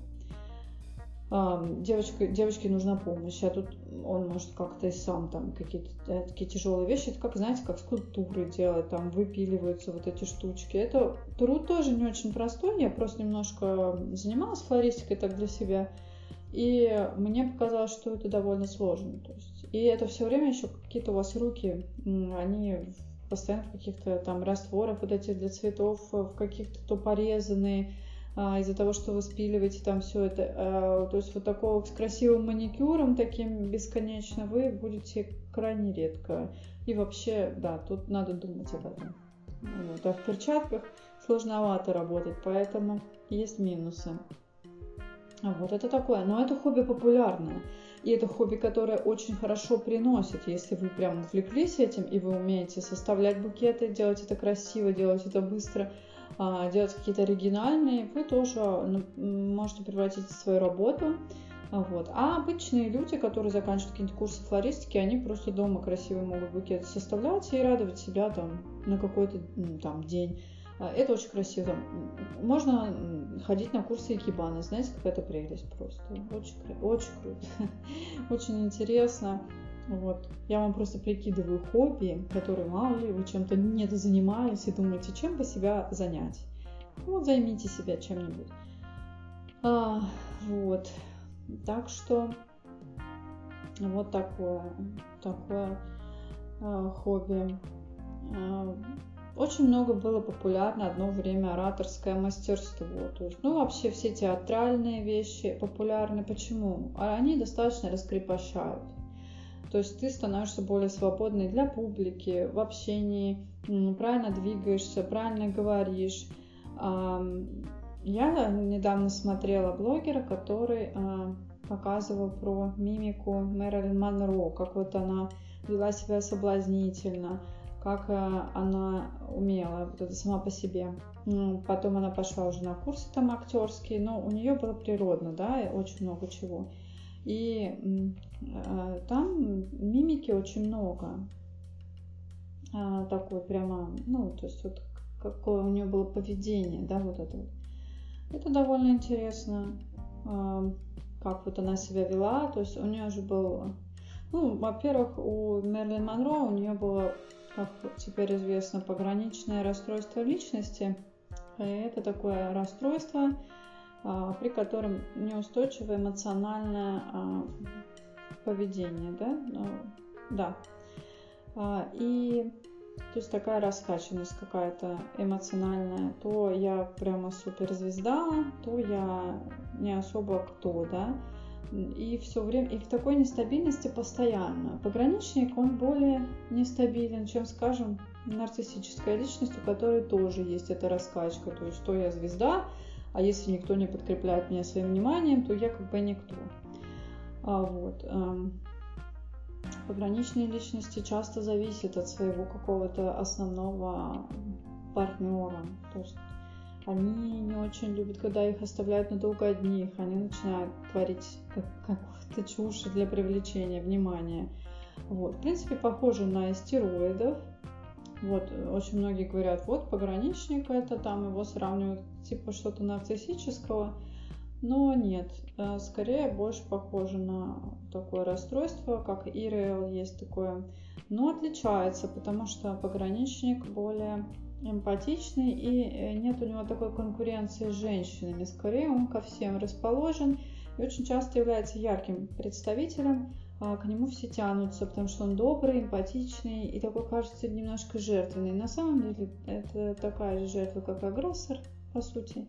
[SPEAKER 1] Девочке нужна помощь, а тут он может как-то и сам там какие-то такие тяжелые вещи, это как, знаете, как скульптуры делать, там выпиливаются вот эти штучки. Это труд тоже не очень простой, я просто немножко занималась флористикой так для себя, и мне показалось, что это довольно сложно. То есть, и это все время еще какие-то у вас руки, они постоянно в каких-то там растворах вот эти для цветов, в каких-то то порезанные, из-за того, что вы спиливаете там все это. То есть вот такого с красивым маникюром, таким бесконечно, вы будете крайне редко. И вообще, да, тут надо думать об этом. Вот. А в перчатках сложновато работать, поэтому есть минусы. Вот это такое. Но это хобби популярное. И это хобби, которое очень хорошо приносит, если вы прям увлеклись этим, и вы умеете составлять букеты, делать это красиво, делать это быстро, делать какие-то оригинальные, вы тоже можете превратить в свою работу. Вот. А обычные люди, которые заканчивают какие-то курсы флористики, они просто дома красивые могут букеты составлять и радовать себя там на какой-то там день. Это очень красиво. Можно ходить на курсы икебаны. Знаете, какая-то прелесть просто. Очень круто. Очень интересно. Вот. Я вам просто прикидываю хобби, которые, мало ли, вы чем-то недозанимались и думаете, чем бы себя занять. Вот займите себя чем-нибудь. Вот. Так что вот такое хобби. Очень много было популярно одно время ораторское мастерство. То есть, вообще все театральные вещи популярны. Почему? Они достаточно раскрепощают. То есть ты становишься более свободной для публики, в общении, правильно двигаешься, правильно говоришь. Я недавно смотрела блогера, который показывал про мимику Мэрилин Монро, как вот она вела себя соблазнительно, как она умела, вот это сама по себе. Потом она пошла уже на курсы там актерские, но у нее было природно, да, и очень много чего. И там мимики очень много. Такой прямо, ну, то есть вот какое у нее было поведение, да, вот это вот. Это довольно интересно, как вот она себя вела, то есть у нее же был, ну, во-первых, у Мэрилин Монро у нее было, как теперь известно, пограничное расстройство личности. И это такое расстройство, при котором неустойчивое эмоциональное поведение, да, и то есть такая раскачанность какая-то эмоциональная. То я прямо суперзвезда, то я не особо кто, да. И все время, и в такой нестабильности постоянно. Пограничник, он более нестабилен, чем, скажем, нарциссическая личность, у которой тоже есть эта раскачка. То есть, что я звезда, а если никто не подкрепляет меня своим вниманием, то я как бы никто. Пограничные личности часто зависят от своего какого-то основного партнера. То есть они не очень любят, когда их оставляют надолго одних. Они начинают творить какую-то чушь для привлечения внимания. Вот. В принципе, похоже на стероидов. Вот. Очень многие говорят, вот пограничник, это там его сравнивают типа что-то нарциссического. Но нет, скорее больше похоже на такое расстройство, как ИРЛ есть такое, но отличается, потому что пограничник более эмпатичный и нет у него такой конкуренции с женщинами, скорее он ко всем расположен и очень часто является ярким представителем, к нему все тянутся, потому что он добрый, эмпатичный и такой, кажется, немножко жертвенный. На самом деле это такая же жертва, как агрессор, по сути.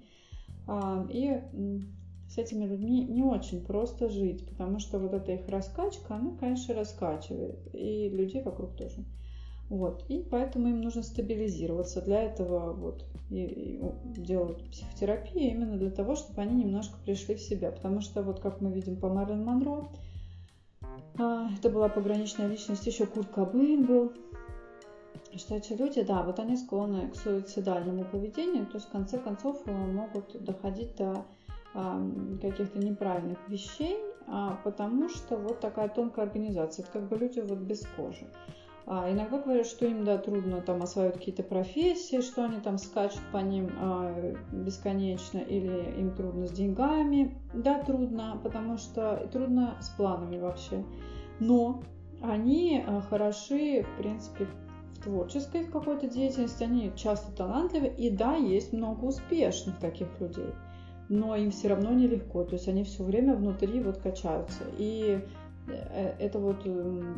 [SPEAKER 1] И с этими людьми не очень просто жить, потому что вот эта их раскачка, она, конечно, раскачивает, и людей вокруг тоже. Вот. И поэтому им нужно стабилизироваться. Для этого вот и делают психотерапию именно для того, чтобы они немножко пришли в себя. Потому что вот как мы видим по Мэрилин Монро, это была пограничная личность, еще Курт Кобейн был. Что эти люди, да, вот они склонны к суицидальному поведению, то есть в конце концов могут доходить до каких-то неправильных вещей, потому что вот такая тонкая организация, это как бы люди вот без кожи. Иногда говорят, что им, да, трудно там осваивать какие-то профессии, что они там скачут по ним бесконечно, или им трудно с деньгами. Да, трудно, потому что трудно с планами вообще. Но они хороши, в принципе, в творческой какой-то деятельности, они часто талантливы, и да, есть много успешных таких людей. Но им все равно нелегко, то есть они все время внутри вот качаются. И это вот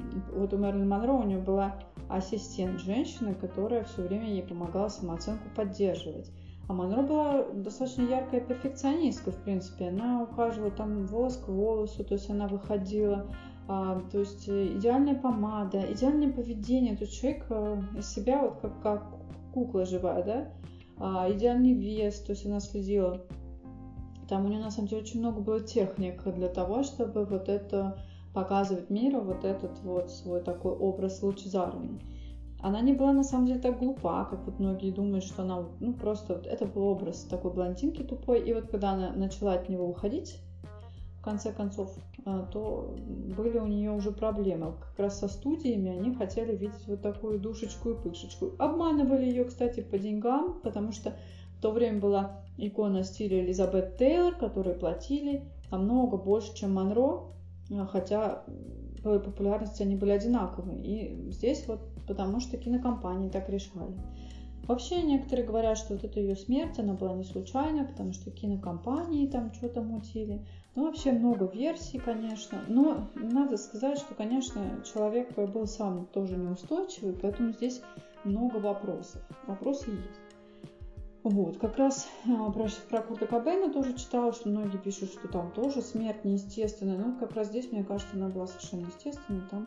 [SPEAKER 1] у Мэрилин Монро у нее была ассистент женщина, которая все время ей помогала самооценку поддерживать. А Монро была достаточно яркая перфекционистка, в принципе. Она ухаживала там воск к волосу, то есть она выходила, то есть идеальная помада, идеальное поведение. То есть человек из себя вот как кукла живая, да, идеальный вес, то есть она следила. Там у нее на самом деле очень много было техник для того, чтобы вот это показывать миру, вот этот вот свой такой образ лучезарный. Она не была на самом деле так глупа, как вот многие думают, что она, ну просто вот это был образ такой блондинки тупой. И вот когда она начала от него уходить, в конце концов, то были у нее уже проблемы. Как раз со студиями они хотели видеть вот такую душечку и пышечку. Обманывали ее, кстати, по деньгам, потому что в то время была икона стиля Элизабет Тейлор, которые платили намного больше, чем Монро, хотя по популярности они были одинаковые. И здесь вот потому что кинокомпании так решали. Вообще некоторые говорят, что вот эта ее смерть, она была не случайна, потому что кинокомпании там что-то мутили. Ну, вообще много версий, конечно. Но надо сказать, что, конечно, человек был сам тоже неустойчивый, поэтому здесь много вопросов. Вопросы есть. Вот, как раз про Курта Кобейна тоже читала, что многие пишут, что там тоже смерть неестественная. Но как раз здесь, мне кажется, она была совершенно естественной. Там,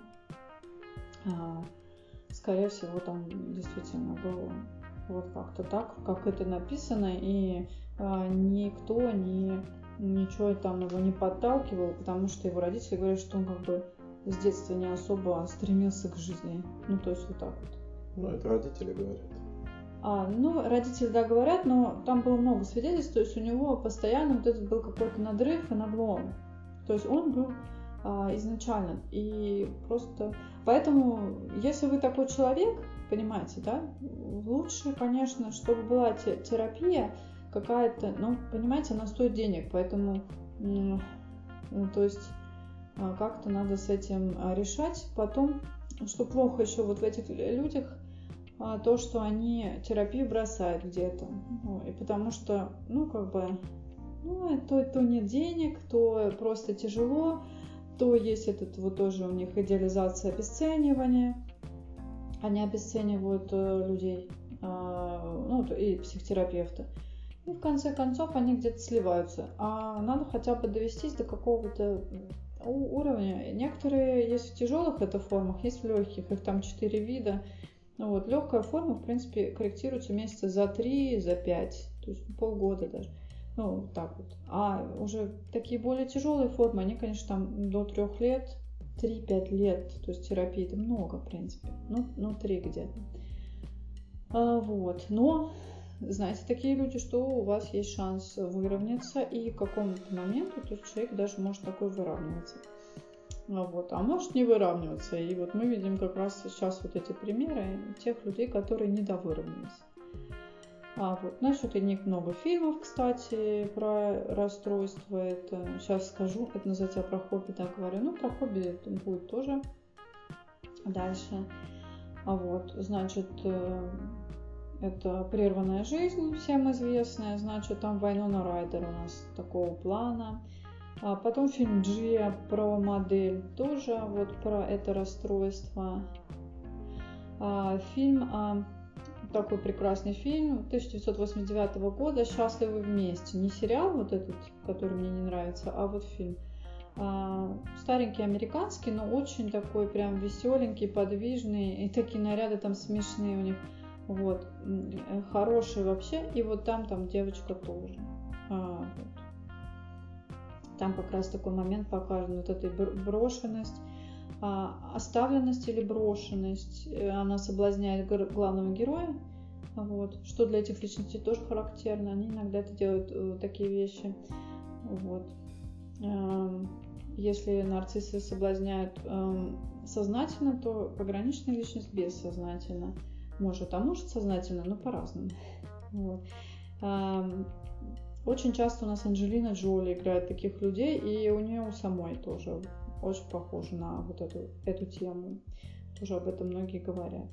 [SPEAKER 1] скорее всего, там действительно было вот как-то так, как это написано, и никто не ничего там его не подталкивало, потому что его родители говорят, что он как бы с детства не особо стремился к жизни. Ну, то есть вот так вот.
[SPEAKER 2] Ну, это родители говорят.
[SPEAKER 1] Ну, родители, да, говорят, но там было много свидетельств, то есть у него постоянно вот этот был какой-то надрыв и надлом. То есть он был изначально. И просто... Поэтому, если вы такой человек, понимаете, да, лучше, конечно, чтобы была терапия какая-то, ну, понимаете, она стоит денег, поэтому, то есть, как-то надо с этим решать. Потом, что плохо еще вот в этих людях, то, что они терапию бросают где-то. И потому что, ну, как бы, то нет денег, то просто тяжело, то есть этот вот тоже у них идеализация обесценивания. Они обесценивают людей, ну, и психотерапевта. И в конце концов они где-то сливаются. А надо хотя бы довестись до какого-то уровня. Некоторые есть в тяжелых это формах, есть в легких, их там 4 вида. Вот. Легкая форма, в принципе, корректируется месяца за 3, за 5, то есть полгода даже. Ну, так вот. А уже такие более тяжелые формы, они, конечно, там до 3 лет, 3-5 лет, то есть терапии это много, в принципе. Ну 3 где-то. Вот. Но, знаете, такие люди, что у вас есть шанс выровняться, и к какому-то моменту, то есть человек даже может такой выравниваться. Вот. А может не выравниваться. И вот мы видим как раз сейчас вот эти примеры тех людей, которые недовыровнялись. Вот. Насчет них много фильмов, кстати, про расстройство. Это сейчас скажу, это называется про хобби, так говорю. Ну, про хобби это будет тоже дальше. Вот. Значит, это «Прерванная жизнь», всем известная. Значит, там Вайнона Райдер у нас такого плана. Потом фильм «Джия» про модель, тоже вот про это расстройство. Фильм, такой прекрасный фильм 1989 года «Счастливы вместе». Не сериал вот этот, который мне не нравится, а вот фильм. Старенький американский, но очень такой прям веселенький, подвижный. И такие наряды там смешные у них. Вот. Хороший вообще. И вот там девочка тоже. Вот. Там как раз такой момент показан, вот эта брошенность, оставленность или брошенность. Она соблазняет главного героя, вот, что для этих личностей тоже характерно. Они иногда это делают, такие вещи. Вот. Если нарциссы соблазняют сознательно, то пограничная личность бессознательно. Может сознательно, но по-разному. Вот. Очень часто у нас Анджелина Джоли играет таких людей, и у нее у самой тоже очень похоже на вот эту тему. Тоже об этом многие говорят.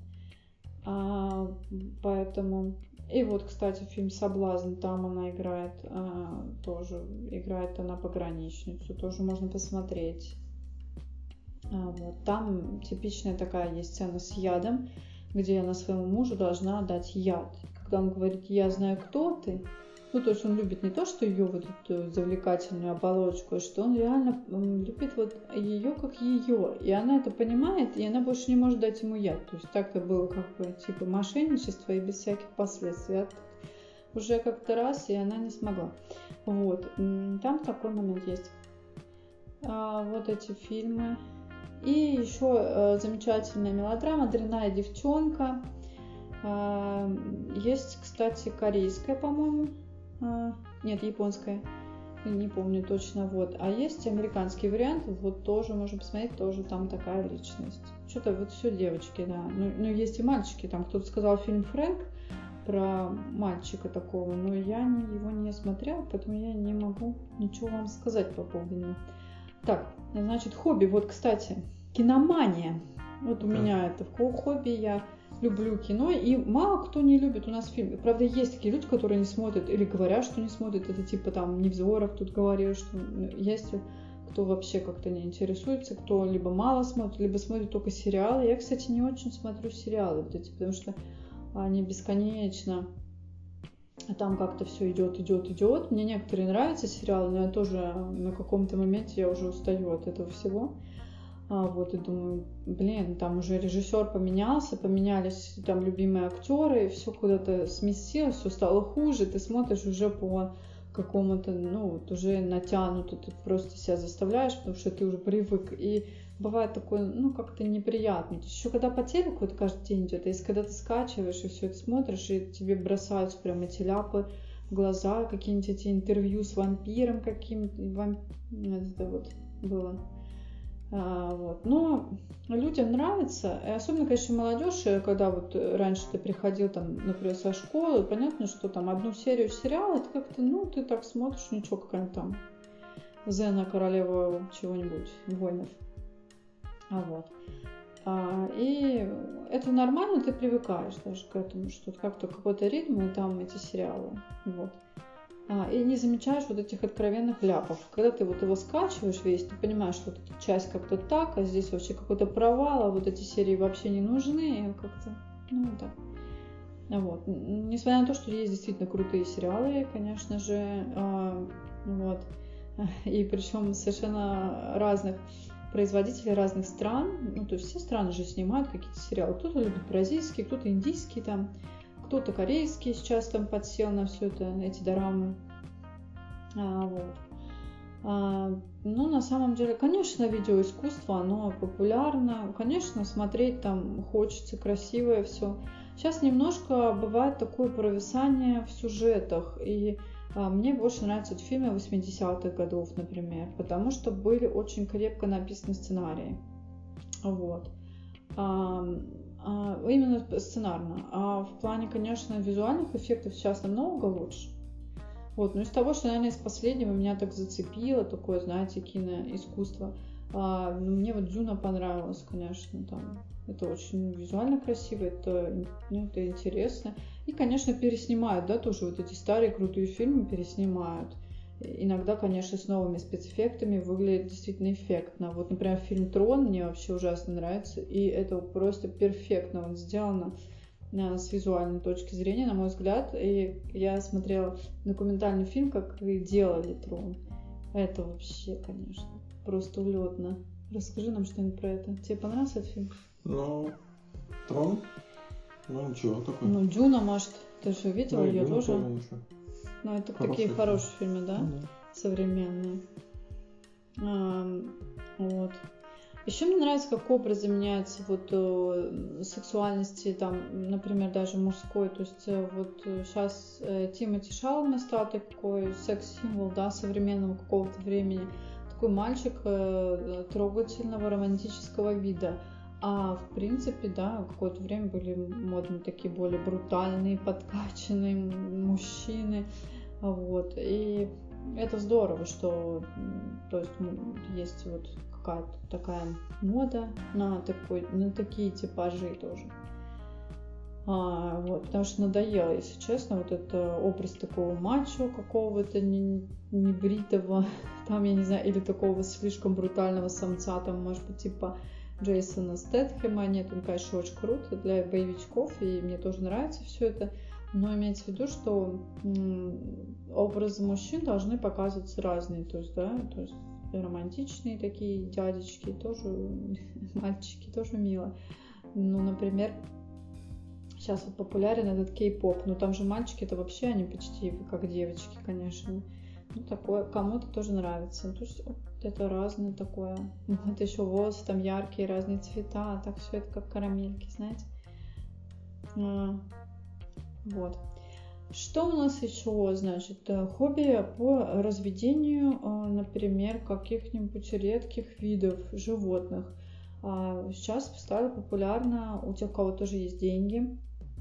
[SPEAKER 1] Поэтому... И вот, кстати, фильм «Соблазн», там она играет, тоже играет она пограничницу, тоже можно посмотреть. Вот. Там типичная такая есть сцена с ядом, где она своему мужу должна дать яд. Когда он говорит «я знаю, кто ты», ну, то есть он любит не то, что ее вот эту завлекательную оболочку, а что он реально любит вот ее как ее. И она это понимает, и она больше не может дать ему яд. То есть так-то было как бы типа мошенничество и без всяких последствий. А уже как-то раз, и она не смогла. Вот. Там такой момент есть. Вот эти фильмы. И еще замечательная мелодрама «Дрянная девчонка». Есть, кстати, корейская, по-моему. Нет, японская. Не помню точно. Вот. А есть американский вариант. Вот тоже можно посмотреть. Тоже там такая личность. Что-то вот все девочки, да. Ну, есть и мальчики. Там кто-то сказал фильм «Фрэнк» про мальчика такого. Но я его не смотрела, поэтому я не могу ничего вам сказать по поводу него. Так, значит, хобби. Вот, кстати, киномания. Вот у меня это хобби. Я люблю кино, и мало кто не любит у нас фильмы. Правда, есть такие люди, которые не смотрят или говорят, что не смотрят. Это типа там Невзоров тут говорил, что есть кто вообще как-то не интересуется, кто либо мало смотрит, либо смотрит только сериалы. Я, кстати, не очень смотрю сериалы вот эти, потому что они бесконечно. Там как-то все идет. Мне некоторые нравятся сериалы, но я тоже на каком-то моменте я уже устаю от этого всего. Вот, и думаю, там уже режиссер поменялся, поменялись там любимые актеры, все куда-то сместилось, все стало хуже, ты смотришь уже по какому-то, ну, вот уже натянуто, ты просто себя заставляешь, потому что ты уже привык. И бывает такое, ну, как-то неприятно. Еще когда по телеку это каждый день идет, а если когда ты скачиваешь и все это смотришь, и тебе бросаются прям эти ляпы в глаза, какие-нибудь эти интервью с вампиром каким-то, это вот было. Вот. Но людям нравится, и особенно, конечно, молодежь, когда вот раньше ты приходил там, например, со школы, понятно, что там одну серию сериала, это как-то, ну, ты так смотришь, ничего, какая-нибудь там Зена, королева чего-нибудь, воинов. Вот. И это нормально, ты привыкаешь даже к этому, что как-то какой-то ритм, и там эти сериалы. Вот. И не замечаешь вот этих откровенных ляпов. Когда ты вот его скачиваешь весь, ты понимаешь, что вот эта часть как-то так, а здесь вообще какой-то провал, а вот эти серии вообще не нужны, и как-то, ну, так. Вот. Несмотря на то, что есть действительно крутые сериалы, конечно же, вот, и причем совершенно разных производителей разных стран, ну, то есть все страны же снимают какие-то сериалы. Кто-то любит бразильские, кто-то индийские там, кто-то корейский сейчас там подсел на все это, эти дорамы. Вот. Ну, на самом деле, конечно, видеоискусство, оно популярно. Конечно, смотреть там хочется, красивое все. Сейчас немножко бывает такое провисание в сюжетах. И мне больше нравятся фильмы 80-х годов, например, потому что были очень крепко написаны сценарии. Вот. Именно сценарно. А в плане, конечно, визуальных эффектов сейчас намного лучше. Вот. Но из того, что, наверное, из последнего меня так зацепило, такое, знаете, киноискусство, мне вот «Дюна» понравилась, конечно, там. Это очень визуально красиво, это интересно. И, конечно, переснимают, да, тоже вот эти старые крутые фильмы переснимают. Иногда, конечно, с новыми спецэффектами выглядит действительно эффектно. Вот, например, фильм «Трон» мне вообще ужасно нравится, и это просто перфектно вот сделано с визуальной точки зрения, на мой взгляд. И я смотрела документальный фильм, как делали «Трон». Это вообще, конечно, просто улетно. Расскажи нам что-нибудь про это. Тебе понравился этот фильм?
[SPEAKER 2] Ну, «Трон»? Ну, ничего такой.
[SPEAKER 1] Ну, «Дюна», может, ты же видел ее
[SPEAKER 2] «Дюна»
[SPEAKER 1] тоже? Ну, это
[SPEAKER 2] хороший
[SPEAKER 1] такие
[SPEAKER 2] фильм.
[SPEAKER 1] хорошие фильмы, да?
[SPEAKER 2] Ну, да.
[SPEAKER 1] Современные. Вот. Еще мне нравится, как образы меняются вот сексуальности, там, например, даже мужской. То есть вот сейчас Тимоти Шаламе стал такой секс-символ, да, современного какого-то времени. Такой мальчик трогательного романтического вида. А в принципе, да, какое-то время были модны такие более брутальные, подкачанные мужчины. Вот. И это здорово, что то есть вот какая-то такая мода на такие типажи тоже. Вот, потому что надоело, если честно, вот это образ такого мачо какого-то небритого, там, я не знаю, или такого слишком брутального самца, там, может быть, типа Джейсона Стэтхэма. Нет, он, конечно, очень круто для боевичков, и мне тоже нравится все это. Но имеется в виду, что образы мужчин должны показываться разные, то есть, да, то есть романтичные такие дядечки, тоже мальчики, тоже мило. Ну, например, сейчас вот популярен этот кей-поп, но там же мальчики, это вообще они почти как девочки, конечно. Ну, такое кому-то тоже нравится. То есть вот это разное такое. Вот еще волосы там яркие, разные цвета, так все это как карамельки, знаете. Вот. Что у нас еще, значит, хобби по разведению, например, каких-нибудь редких видов животных. Сейчас стало популярно у тех, у кого тоже есть деньги,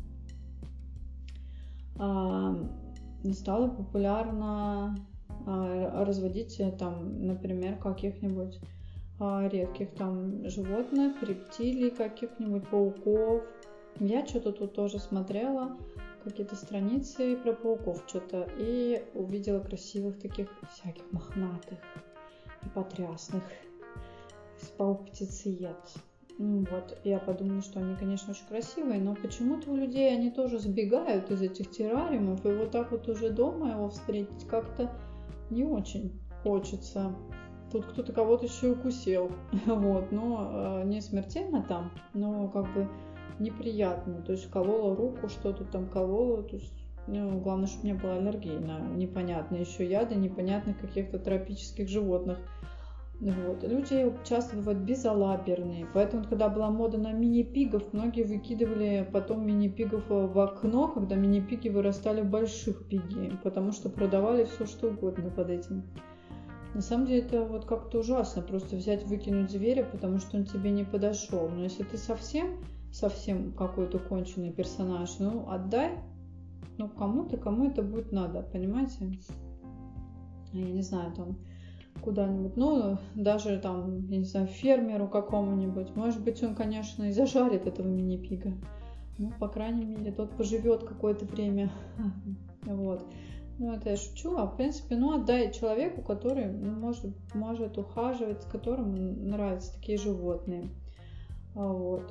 [SPEAKER 1] стало популярно разводить там, например, каких-нибудь редких там животных, рептилий, каких-нибудь пауков. Я что-то тут тоже смотрела, какие-то страницы про пауков что-то, и увидела красивых таких всяких мохнатых и потрясных. Паук-птицеед. Вот, я подумала, что они, конечно, очень красивые, но почему-то у людей они тоже сбегают из этих террариумов, и вот так вот уже дома его встретить как-то не очень хочется. Тут кто-то кого-то еще и укусил, вот, но не смертельно там, но как бы неприятно, то есть колола руку, что-то там колола, то есть Ну, главное, чтобы не было аллергии на непонятные еще яды, непонятных каких-то тропических животных. Вот. Люди часто бывают безалаберные, поэтому, когда была мода на мини-пигов, многие выкидывали потом мини-пигов в окно, когда мини-пиги вырастали в больших пиги, потому что продавали все что угодно под этим. На самом деле это вот как-то ужасно, просто взять, выкинуть зверя, потому что он тебе не подошел. Но если ты совсем какой-то конченый персонаж, ну отдай, ну кому это будет надо, понимаете? Я не знаю, там куда-нибудь, ну, даже там, я не знаю, фермеру какому-нибудь. Может быть, он, конечно, и зажарит этого мини-пига. Ну, по крайней мере, тот поживет какое-то время. Вот. Ну, это я шучу. А, в принципе, ну, отдай человеку, который может ухаживать, с которым нравятся такие животные. Вот.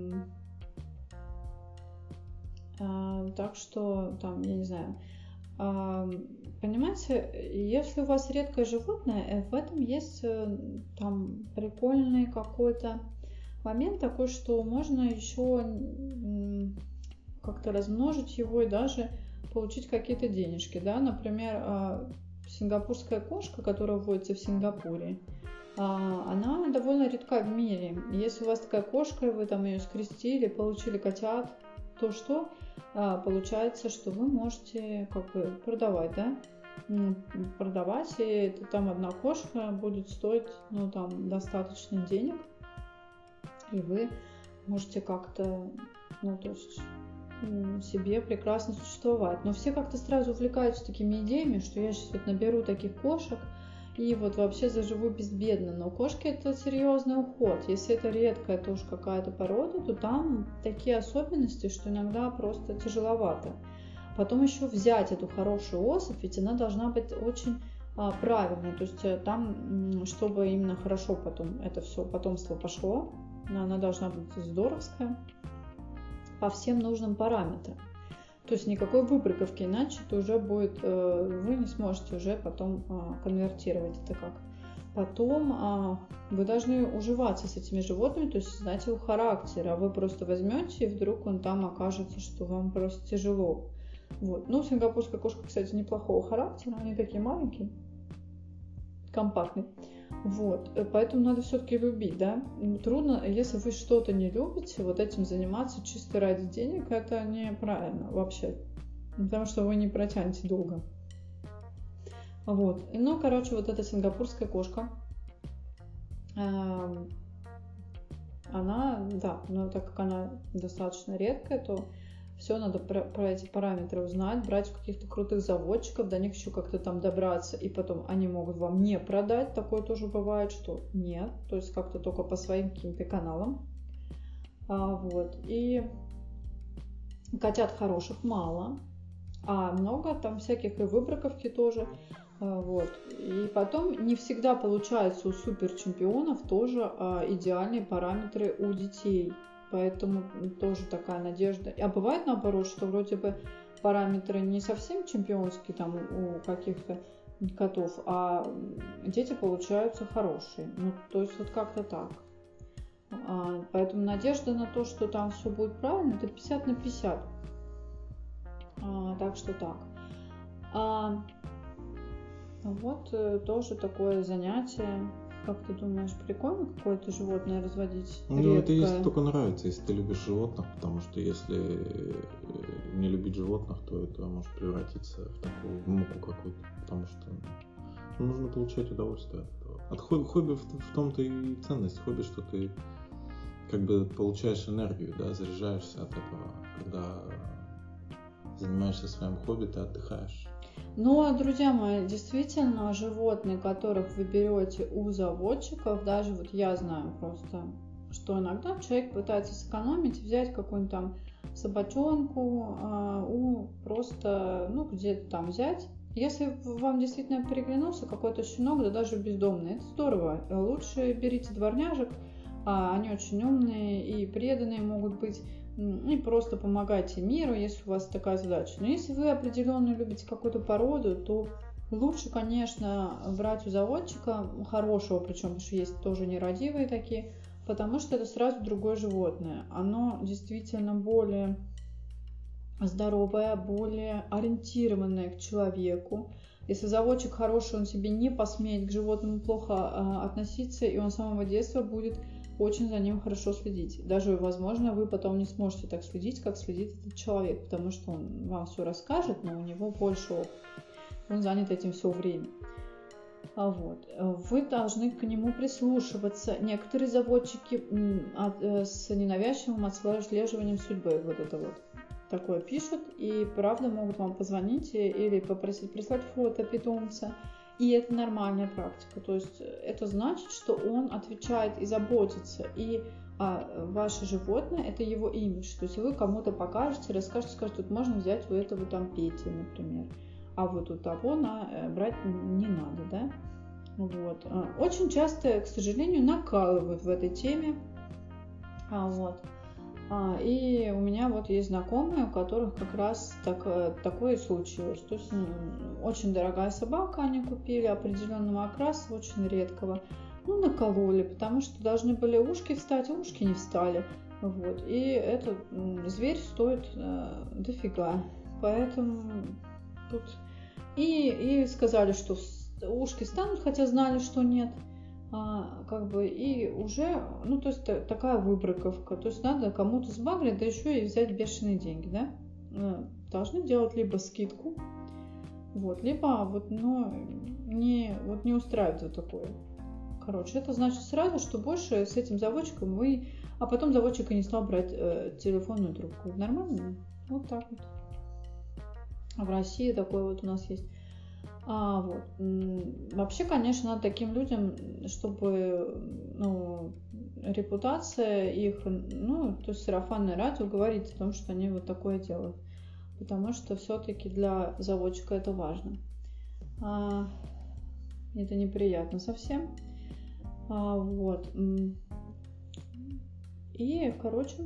[SPEAKER 1] Так что, там, я не знаю... Понимаете, если у вас редкое животное, в этом есть там прикольный какой-то момент такой, что можно еще как-то размножить его и даже получить какие-то денежки, да, например, сингапурская кошка, которая водится в Сингапуре, она довольно редка в мире. Если у вас такая кошка, вы там ее скрестили, получили котят, то что? Получается, что вы можете как бы продавать, да? Продавать, и там одна кошка будет стоить, ну, там, достаточно денег, и вы можете как-то, ну, то есть себе прекрасно существовать. Но все как-то сразу увлекаются такими идеями, что я сейчас вот наберу таких кошек и вот вообще заживу безбедно. Но кошки — это серьезный уход. Если это редкая тоже какая-то порода, то там такие особенности, что иногда просто тяжеловато. Потом еще взять эту хорошую особь, ведь она должна быть очень правильной. То есть там, чтобы именно хорошо потом это все потомство пошло, она должна быть здоровская по всем нужным параметрам. То есть никакой выбрыковки, иначе это уже будет, вы не сможете уже потом конвертировать это как. Потом вы должны уживаться с этими животными, то есть знать его характер, а вы просто возьмете, и вдруг он там окажется, что вам просто тяжело. Вот. Ну, сингапурская кошка, кстати, неплохого характера, они такие маленькие, компактные. Вот. Поэтому надо все-таки любить, да. Трудно, если вы что-то не любите, вот этим заниматься чисто ради денег, это неправильно вообще, потому что вы не протянете долго. Вот. Ну, короче, вот эта сингапурская кошка, она, да, но так как она достаточно редкая, то все надо про эти параметры узнать, брать у каких-то крутых заводчиков, до них еще как-то там добраться, и потом они могут вам не продать, такое тоже бывает, что нет, то есть как-то только по своим каким-то каналам. Вот. И котят хороших мало, а много там всяких и выбраковки тоже. Вот. И потом не всегда получается у суперчемпионов тоже идеальные параметры у детей. Поэтому тоже такая надежда. А бывает наоборот, что вроде бы параметры не совсем чемпионские там у каких-то котов, а дети получаются хорошие. Ну, то есть вот как-то так. Поэтому надежда на то, что там все будет правильно, это 50/50. Так что так. Вот тоже такое занятие. Как ты думаешь, прикольно какое-то животное разводить?
[SPEAKER 2] Ну, редкое? Это если только нравится, если ты любишь животных, потому что если не любить животных, то это может превратиться в такую муку какую-то, потому что нужно получать удовольствие от этого. От хобби в том-то и ценность хобби, что ты как бы получаешь энергию, да, заряжаешься от этого. Когда занимаешься своим хобби, ты отдыхаешь.
[SPEAKER 1] Ну, друзья мои, действительно, животные, которых вы берете у заводчиков, даже вот я знаю просто, что иногда человек пытается сэкономить, взять какую-нибудь там собачонку, просто, ну, где-то там взять. Если вам действительно приглянулся какой-то щенок, да даже бездомный, это здорово. Лучше берите дворняжек, они очень умные и преданные могут быть. И просто помогайте миру, если у вас такая задача. Но если вы определенно любите какую-то породу, то лучше, конечно, брать у заводчика хорошего, причем, потому что есть тоже нерадивые такие, потому что это сразу другое животное. Оно действительно более здоровая, более ориентированная к человеку. Если заводчик хороший, он себе не посмеет к животному плохо относиться, и он с самого детства будет очень за ним хорошо следить. Даже, возможно, вы потом не сможете так следить, как следит этот человек, потому что он вам все расскажет, но у него больше опыта. Он занят этим все время. Вот. Вы должны к нему прислушиваться. Некоторые заводчики с ненавязчивым отслеживанием судьбы вот это вот такое пишут, и правда могут вам позвонить или попросить прислать фото питомца. И это нормальная практика. То есть это значит, что он отвечает и заботится. И ваше животное – это его имидж. То есть вы кому-то покажете, расскажете, скажете, тут можно взять у этого там Пети, например. А вот у того брать не надо, да? Вот. Очень часто, к сожалению, накалывают в этой теме. Вот. И у меня вот есть знакомые, у которых как раз такое случилось. То есть очень дорогая собака они купили, определенного окраса, очень редкого. Накололи, потому что должны были ушки встать, а ушки не встали. Вот. И этот зверь стоит дофига. Поэтому тут... И сказали, что ушки станут, хотя знали, что нет. И уже, то есть такая выбрыковка. То есть надо кому-то сбагрить, да еще и взять бешеные деньги, да? Должны делать либо скидку, вот, либо не устраивать вот такое. Короче, это значит сразу, что больше с этим заводчиком а потом заводчик и не стал брать телефонную трубку. Нормально? Вот так вот. В России такое вот у нас есть. Вообще, конечно, надо таким людям, чтобы репутация их, то есть сарафанное радио говорит о том, что они вот такое делают. Потому что все-таки для заводчика это важно. Это неприятно совсем. Вот. И, короче,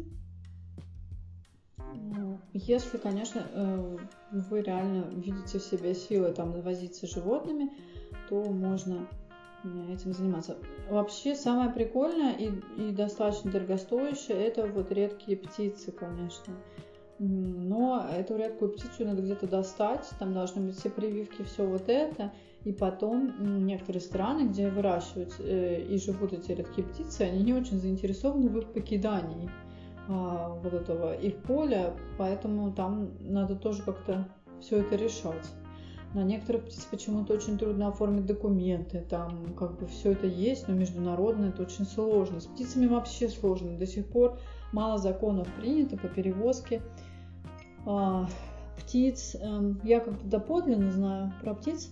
[SPEAKER 1] если, конечно, вы реально видите в себе силы возиться с животными, то можно этим заниматься. Вообще, самое прикольное и достаточно дорогостоящее – это вот редкие птицы, конечно. Но эту редкую птицу надо где-то достать, там должны быть все прививки, все вот это. И потом некоторые страны, где выращивают и живут эти редкие птицы, они не очень заинтересованы в их покидании вот этого их поля, поэтому там надо тоже как-то все это решать. На некоторых птиц почему-то очень трудно оформить документы, там все это есть, но международно это очень сложно. С птицами вообще сложно, до сих пор мало законов принято по перевозке птиц. Я как-то доподлинно знаю про птиц.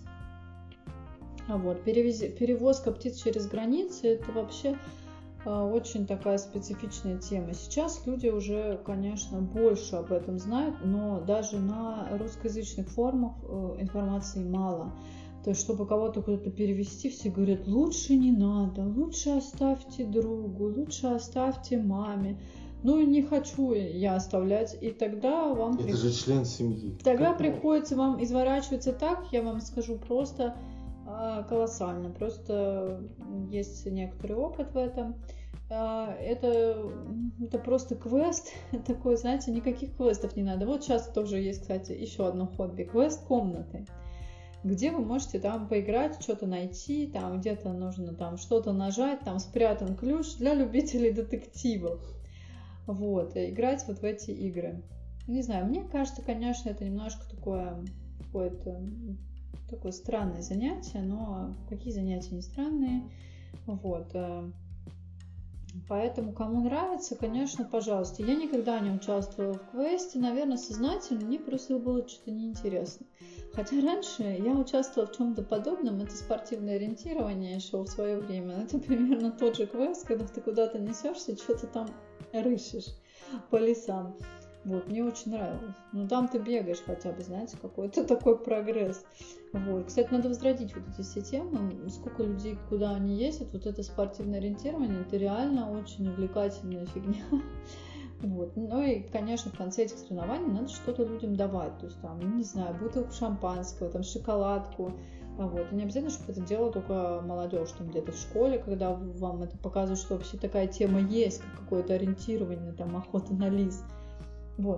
[SPEAKER 1] Перевозка птиц через границы – это вообще очень такая специфичная тема. Сейчас люди уже, конечно, больше об этом знают, но даже на русскоязычных форумах информации мало. То есть, чтобы кого-то куда-то перевести, все говорят, лучше не надо, лучше оставьте другу, лучше оставьте маме. Не хочу я оставлять, и тогда вам...
[SPEAKER 2] Это же член семьи.
[SPEAKER 1] Тогда приходится вам изворачиваться так, я вам скажу, просто колоссально. Просто есть некоторый опыт в этом. Это просто квест такой, знаете, никаких квестов не надо. Вот сейчас тоже есть, кстати, еще одно хобби. Квест комнаты, где вы можете там поиграть, что-то найти, там где-то нужно там что-то нажать, там спрятан ключ для любителей детективов. Вот, и играть вот в эти игры. Не знаю, мне кажется, конечно, это немножко такое какое-то такое странное занятие, но какие занятия не странные. Вот. Поэтому, кому нравится, конечно, пожалуйста. Я никогда не участвовала в квесте, наверное, сознательно, мне просто было что-то неинтересно. Хотя раньше я участвовала в чем-то подобном, это спортивное ориентирование еще в свое время. Это примерно тот же квест, когда ты куда-то несешься, что-то там рыщешь по лесам. Вот, мне очень нравилось. Там ты бегаешь хотя бы, знаете, какой-то такой прогресс. Вот. Кстати, надо возродить вот эти все темы. Сколько людей, куда они ездят, вот это спортивное ориентирование, это реально очень увлекательная фигня. Вот. И, конечно, в конце этих соревнований надо что-то людям давать. То есть, не знаю, бутылку шампанского, шоколадку. Вот. И не обязательно, чтобы это делала только молодежь, где-то в школе, когда вам это показывают, что вообще такая тема есть, как какое-то ориентирование, охота на лис. Вот.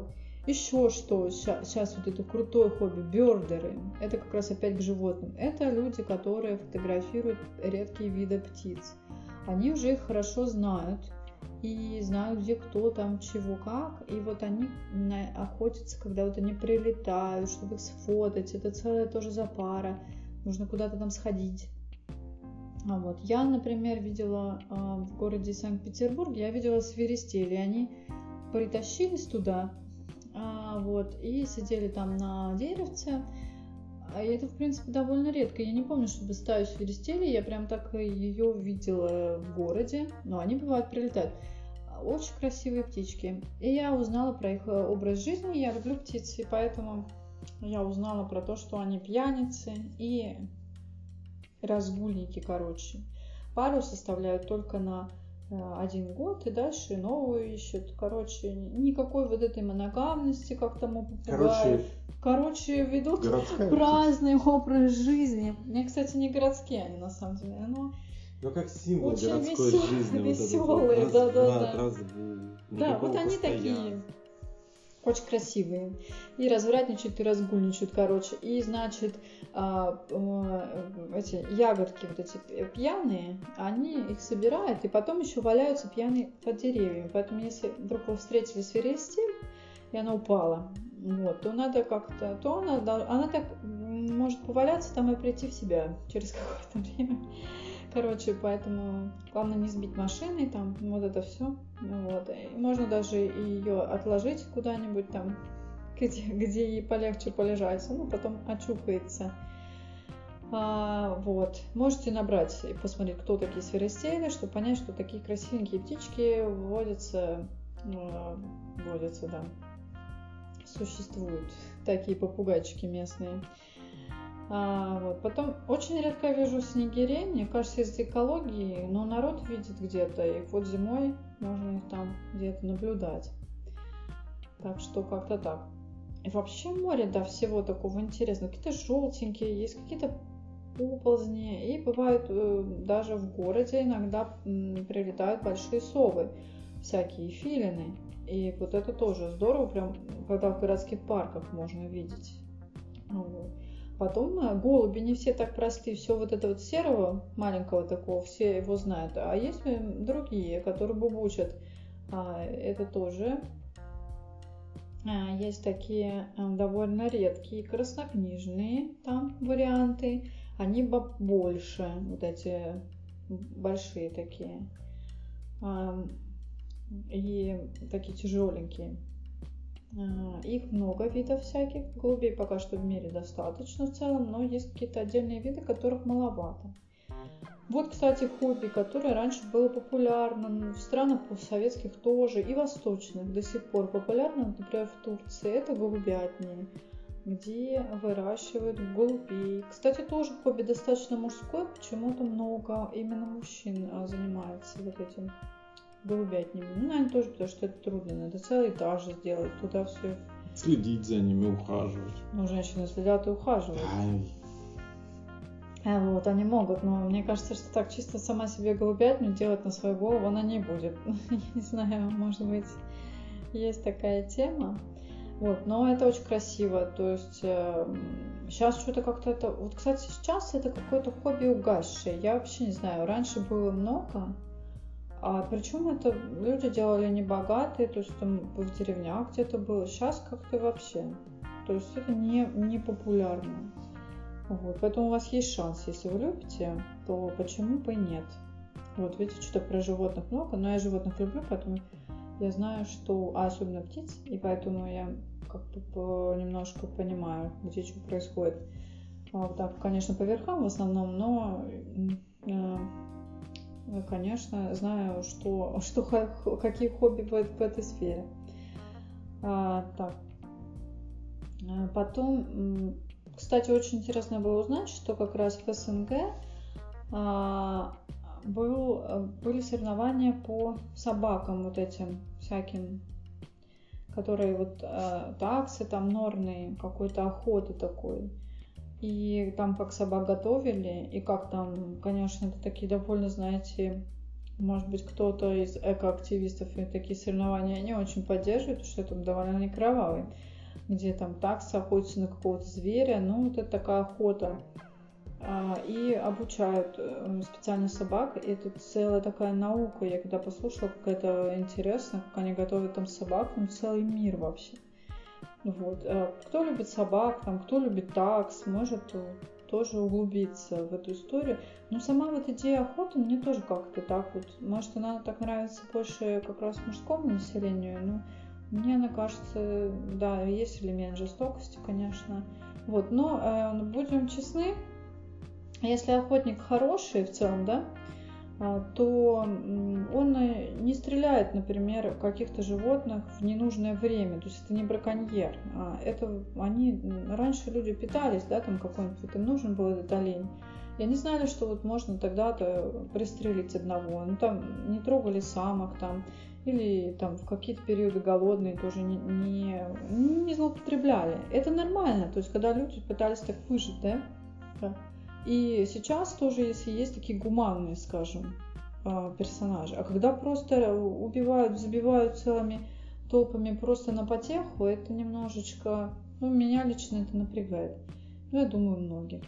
[SPEAKER 1] Еще что, сейчас вот это крутое хобби, бёрдеры, это как раз опять к животным. Это люди, которые фотографируют редкие виды птиц. Они уже их хорошо знают и знают, где кто там, чего, как. И вот они охотятся, когда вот они прилетают, чтобы их сфотать. Это целая тоже запара. Нужно куда-то там сходить. Вот. Я, например, видела в городе Санкт-Петербурге, я видела свиристели. Они притащились туда, вот, и сидели там на деревце. И это, в принципе, довольно редко. Я не помню, чтобы стаю свиристелей, я прям так ее видела в городе. Но они, бывают, прилетают. Очень красивые птички. И я узнала про их образ жизни. Я люблю птиц, и поэтому я узнала про то, что они пьяницы и разгульники, короче. Пару составляют только на 1 год, и дальше новую ищут. Короче, никакой вот этой моногамности, как там у попугаев. Короче, ведут праздный образ жизни. Мне, кстати, не городские они, на самом деле. Но
[SPEAKER 2] как символ
[SPEAKER 1] очень
[SPEAKER 2] городской жизни.
[SPEAKER 1] Веселые, да. Да, вот они
[SPEAKER 2] постоянства.
[SPEAKER 1] такие. Очень красивые. И развратничают, и разгульничают, короче. И, значит, эти ягодки вот эти пьяные, они их собирают, и потом еще валяются пьяные под деревьями. Поэтому, если вдруг вы встретили свиристель, и она упала, вот, то надо как-то, то она так может поваляться там и прийти в себя через какое-то время. Короче, поэтому главное не сбить машиной, там, вот это все. Вот. И можно даже ее отложить куда-нибудь там, где ей полегче полежать, ну, потом очухается. Вот. Можете набрать и посмотреть, кто такие свиристели, чтобы понять, что такие красивенькие птички водятся, да, существуют такие попугайчики местные. Вот. Потом очень редко я вижу снегирей, мне кажется, из-за экологии, но народ видит где-то, и вот зимой можно их там где-то наблюдать. Так что как-то так. И вообще море, да, всего такого интересного. Какие-то желтенькие, есть какие-то оползни, и бывают даже в городе иногда прилетают большие совы, всякие филины. И вот это тоже здорово, прям когда в городских парках можно видеть. Вот. Потом голуби не все так просты, все вот это вот серого, маленького такого, все его знают. А есть другие, которые бубучат. Это тоже есть такие довольно редкие, краснокнижные там варианты. Они больше, вот эти большие такие. И такие тяжеленькие. Их много видов всяких. Голубей пока что в мире достаточно в целом, но есть какие-то отдельные виды, которых маловато. Вот, кстати, хобби, которое раньше было популярно в странах постсоветских тоже, и восточных до сих пор популярно, например, в Турции, это голубятни, где выращивают голубей. Кстати, тоже хобби достаточно мужское, почему-то много именно мужчин занимается вот этим голубятнями. Ну, наверное, тоже, потому что это трудно. Надо целый этаж сделать, туда все.
[SPEAKER 2] Следить за ними, ухаживать.
[SPEAKER 1] Ну, женщины следят и ухаживают. Вот, они могут, но мне кажется, что так чисто сама себе голубятню делать на свою голову она не будет. Я не знаю, может быть, есть такая тема. Вот, но это очень красиво. То есть сейчас что-то как-то это... Вот, кстати, сейчас это какое-то хобби угасшее. Я вообще не знаю. Раньше было много. Причем это люди делали не богатые, то есть там в деревнях где-то было. Сейчас как-то вообще. То есть это не популярно. Вот, поэтому у вас есть шанс, если вы любите, то почему бы и нет. Вот, видите, что-то про животных много, но я животных люблю, поэтому я знаю, что... особенно птиц, и поэтому я как-то немножко понимаю, где что происходит. Вот так, конечно, по верхам в основном, но... конечно, знаю, какие хобби в этой сфере. Так. Потом, кстати, очень интересно было узнать, что как раз в СНГ были соревнования по собакам вот этим всяким, которые вот таксы, там норные, какой-то охоты такой. И там как собак готовили, и как там, конечно, это такие довольно, знаете, может быть, кто-то из экоактивистов и такие соревнования не очень поддерживает, потому что это довольно не кровавые. где там таксы охотятся на какого-то зверя, ну вот это такая охота. И обучают специально собак, и это целая такая наука. Я когда послушала, как это интересно, как они готовят там собак, там целый мир вообще. Вот. Кто любит собак, там, кто любит такс, может тоже углубиться в эту историю. Но сама вот идея охоты мне тоже как-то так вот, может, она так нравится больше как раз мужскому населению, но мне она кажется, да, есть элемент жестокости, конечно. Вот. Но будем честны, если охотник хороший в целом, да, то он не стреляет, например, каких-то животных в ненужное время. То есть это не браконьер. Это они раньше люди питались, да, там какой-нибудь, вот им нужен был этот олень. И они знали, что вот можно тогда-то пристрелить одного. Ну там не трогали самок там, или там в какие-то периоды голодные тоже не злоупотребляли. Это нормально. То есть когда люди пытались так выжить, да. И сейчас тоже, если есть такие гуманные, скажем, персонажи, а когда просто убивают, забивают целыми толпами просто на потеху, это немножечко, ну, меня лично это напрягает. Ну, я думаю, многих.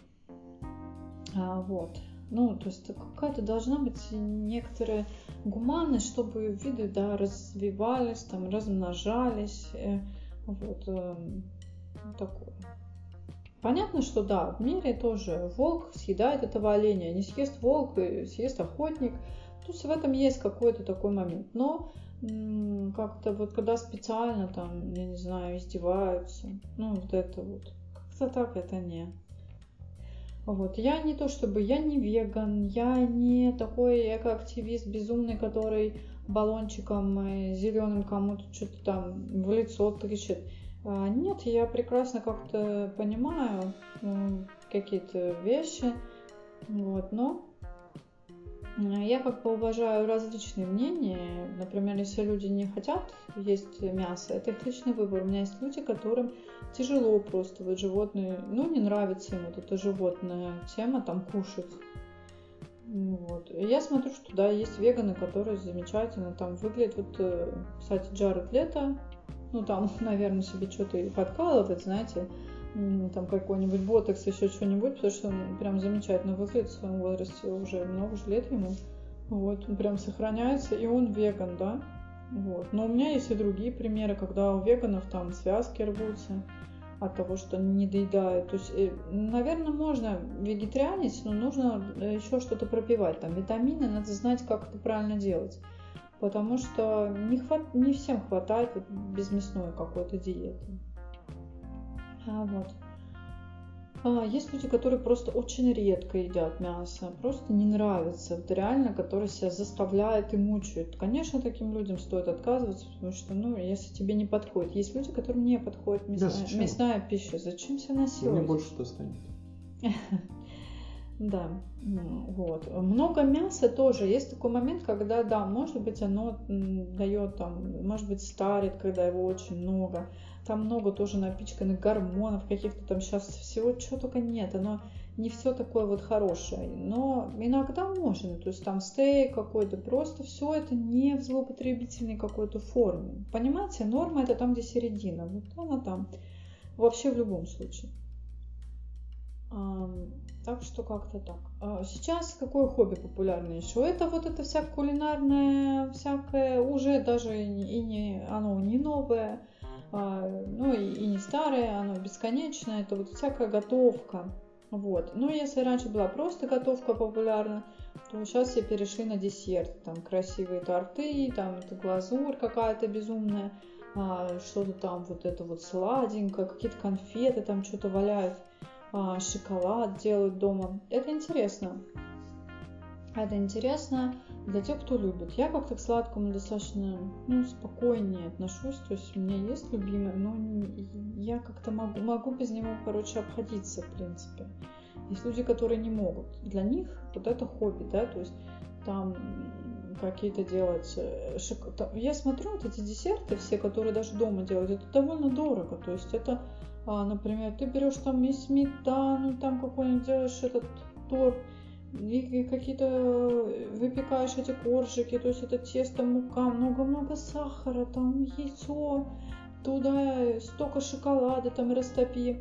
[SPEAKER 1] Вот. Ну, то есть какая-то должна быть некоторая гуманность, чтобы виды, да, развивались, там, размножались, вот, такое. Понятно, что да, в мире тоже волк съедает этого оленя, не съест волк, съест охотник. То есть в этом есть какой-то такой момент. Но как-то вот когда специально там, я не знаю, издеваются, ну вот это вот, как-то так это не. Вот, я не то чтобы, я не веган, я не такой экоактивист безумный, который баллончиком зеленым кому-то что-то там в лицо кричит. Нет, я прекрасно как-то понимаю какие-то вещи, вот, но я как бы уважаю различные мнения. Например, если люди не хотят есть мясо, это их личный выбор. У меня есть люди, которым тяжело просто вот животные, ну, не нравится им вот эта животная тема, там, кушать. Вот. И я смотрю, что да, есть веганы, которые замечательно там выглядят. Вот, кстати, Джаред Лето, ну, там, наверное, себе что-то и подкалывает, знаете, там какой-нибудь ботокс, еще что-нибудь, потому что он прям замечательно выглядит в своем возрасте, уже много же лет ему. Вот, он прям сохраняется, и он веган, да. Вот. Но у меня есть и другие примеры, когда у веганов там связки рвутся от того, что они не доедают. То есть, наверное, можно вегетарианить, но нужно еще что-то пропивать. Там витамины, надо знать, как это правильно делать. Потому что не всем хватает вот безмясной какой-то диеты. Вот. Есть люди, которые просто очень редко едят мясо, просто не нравится, вот реально, которые себя заставляют и мучают. Конечно, таким людям стоит отказываться, потому что, ну, если тебе не подходит. Есть люди, которым не подходит мясная пища. Зачем себя насиловать?
[SPEAKER 2] Мне больше достанет.
[SPEAKER 1] Да, вот. Много мяса тоже. Есть такой момент, когда, да, может быть, оно дает там, может быть, старит, когда его очень много. Там много тоже напичканных гормонов, каких-то там сейчас всего, чего только нет. Оно не все такое вот хорошее. Но иногда можно. То есть там стейк какой-то, просто все это не в злоупотребительной какой-то форме. Понимаете, норма это там, где середина. Вот она там. Вообще в любом случае. Так что как-то так. Сейчас какое хобби популярное еще? Это вот это всякое кулинарное, всякое, уже даже и не, оно не новое, ну и не старое, оно бесконечное. Это вот всякая готовка. Вот. Ну, если раньше была просто готовка популярна, то сейчас все перешли на десерт. Там красивые торты, там это глазурь какая-то безумная, что-то там вот это вот сладенькое, какие-то конфеты там что-то валяют. Шоколад делают дома. Это интересно. Это интересно для тех, кто любит. Я как-то к сладкому достаточно спокойнее отношусь. То есть у меня есть любимый, но я как-то могу без него, обходиться, в принципе. Есть люди, которые не могут. Для них вот это хобби, да, то есть там какие-то делать... Я смотрю вот эти десерты, все, которые даже дома делают, это довольно дорого. То есть это... например, ты берешь там и сметану, там какой-нибудь делаешь этот торт, и какие-то выпекаешь эти коржики, то есть это тесто, мука, много-много сахара, там яйцо, туда столько шоколада там растопи.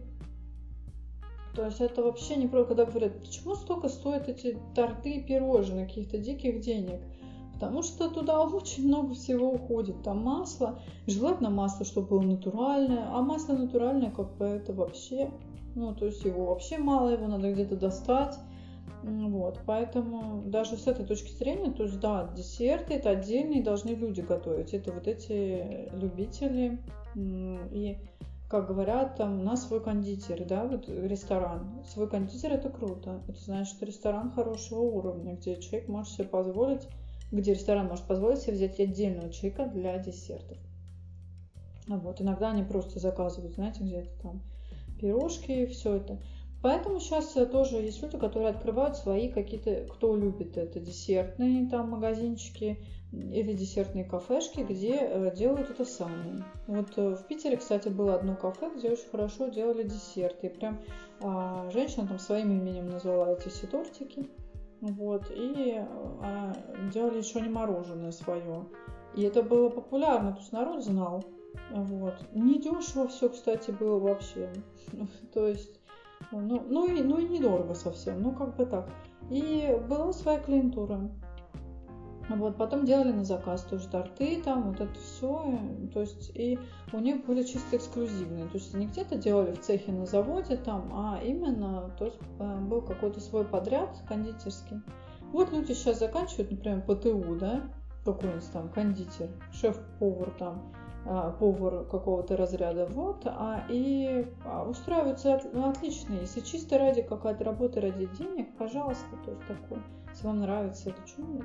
[SPEAKER 1] То есть это вообще не про, когда говорят, почему столько стоят эти торты и пирожные, каких-то диких денег? Потому что туда очень много всего уходит. Там масло, желательно масло, чтобы было натуральное, а масло натуральное, как бы, это вообще, то есть его вообще мало, его надо где-то достать. Вот, поэтому даже с этой точки зрения, то есть, да, десерты это отдельные должны люди готовить. Это вот эти любители и, как говорят, там у нас свой кондитер, да, вот ресторан. Свой кондитер это круто. Это значит, что ресторан хорошего уровня, где человек может себе позволить, где ресторан может позволить себе взять отдельного человека для десертов. Вот, иногда они просто заказывают, знаете, где-то там пирожки и все это. Поэтому сейчас тоже есть люди, которые открывают свои какие-то, кто любит это, десертные там магазинчики или десертные кафешки, где делают это сами. Вот в Питере, кстати, было одно кафе, где очень хорошо делали десерты. И прям женщина там своим именем назвала эти все тортики. Вот, и делали еще не мороженое свое. И это было популярно, то есть народ знал. Вот. Недешево все, кстати, было вообще. То есть, и недорого совсем, как бы так. И была своя клиентура. Вот, потом делали на заказ тоже торты, там, вот это все. То есть, и у них были чисто эксклюзивные. То есть, не где-то делали в цехе на заводе, там, а именно, то есть, был какой-то свой подряд кондитерский. Вот люди сейчас заканчивают, например, ПТУ, да, какой-нибудь там кондитер, шеф-повар там, повар какого-то разряда, вот, и устраиваются отлично. Если чисто ради какой-то работы, ради денег, пожалуйста, то есть такое. Если вам нравится это, что нет?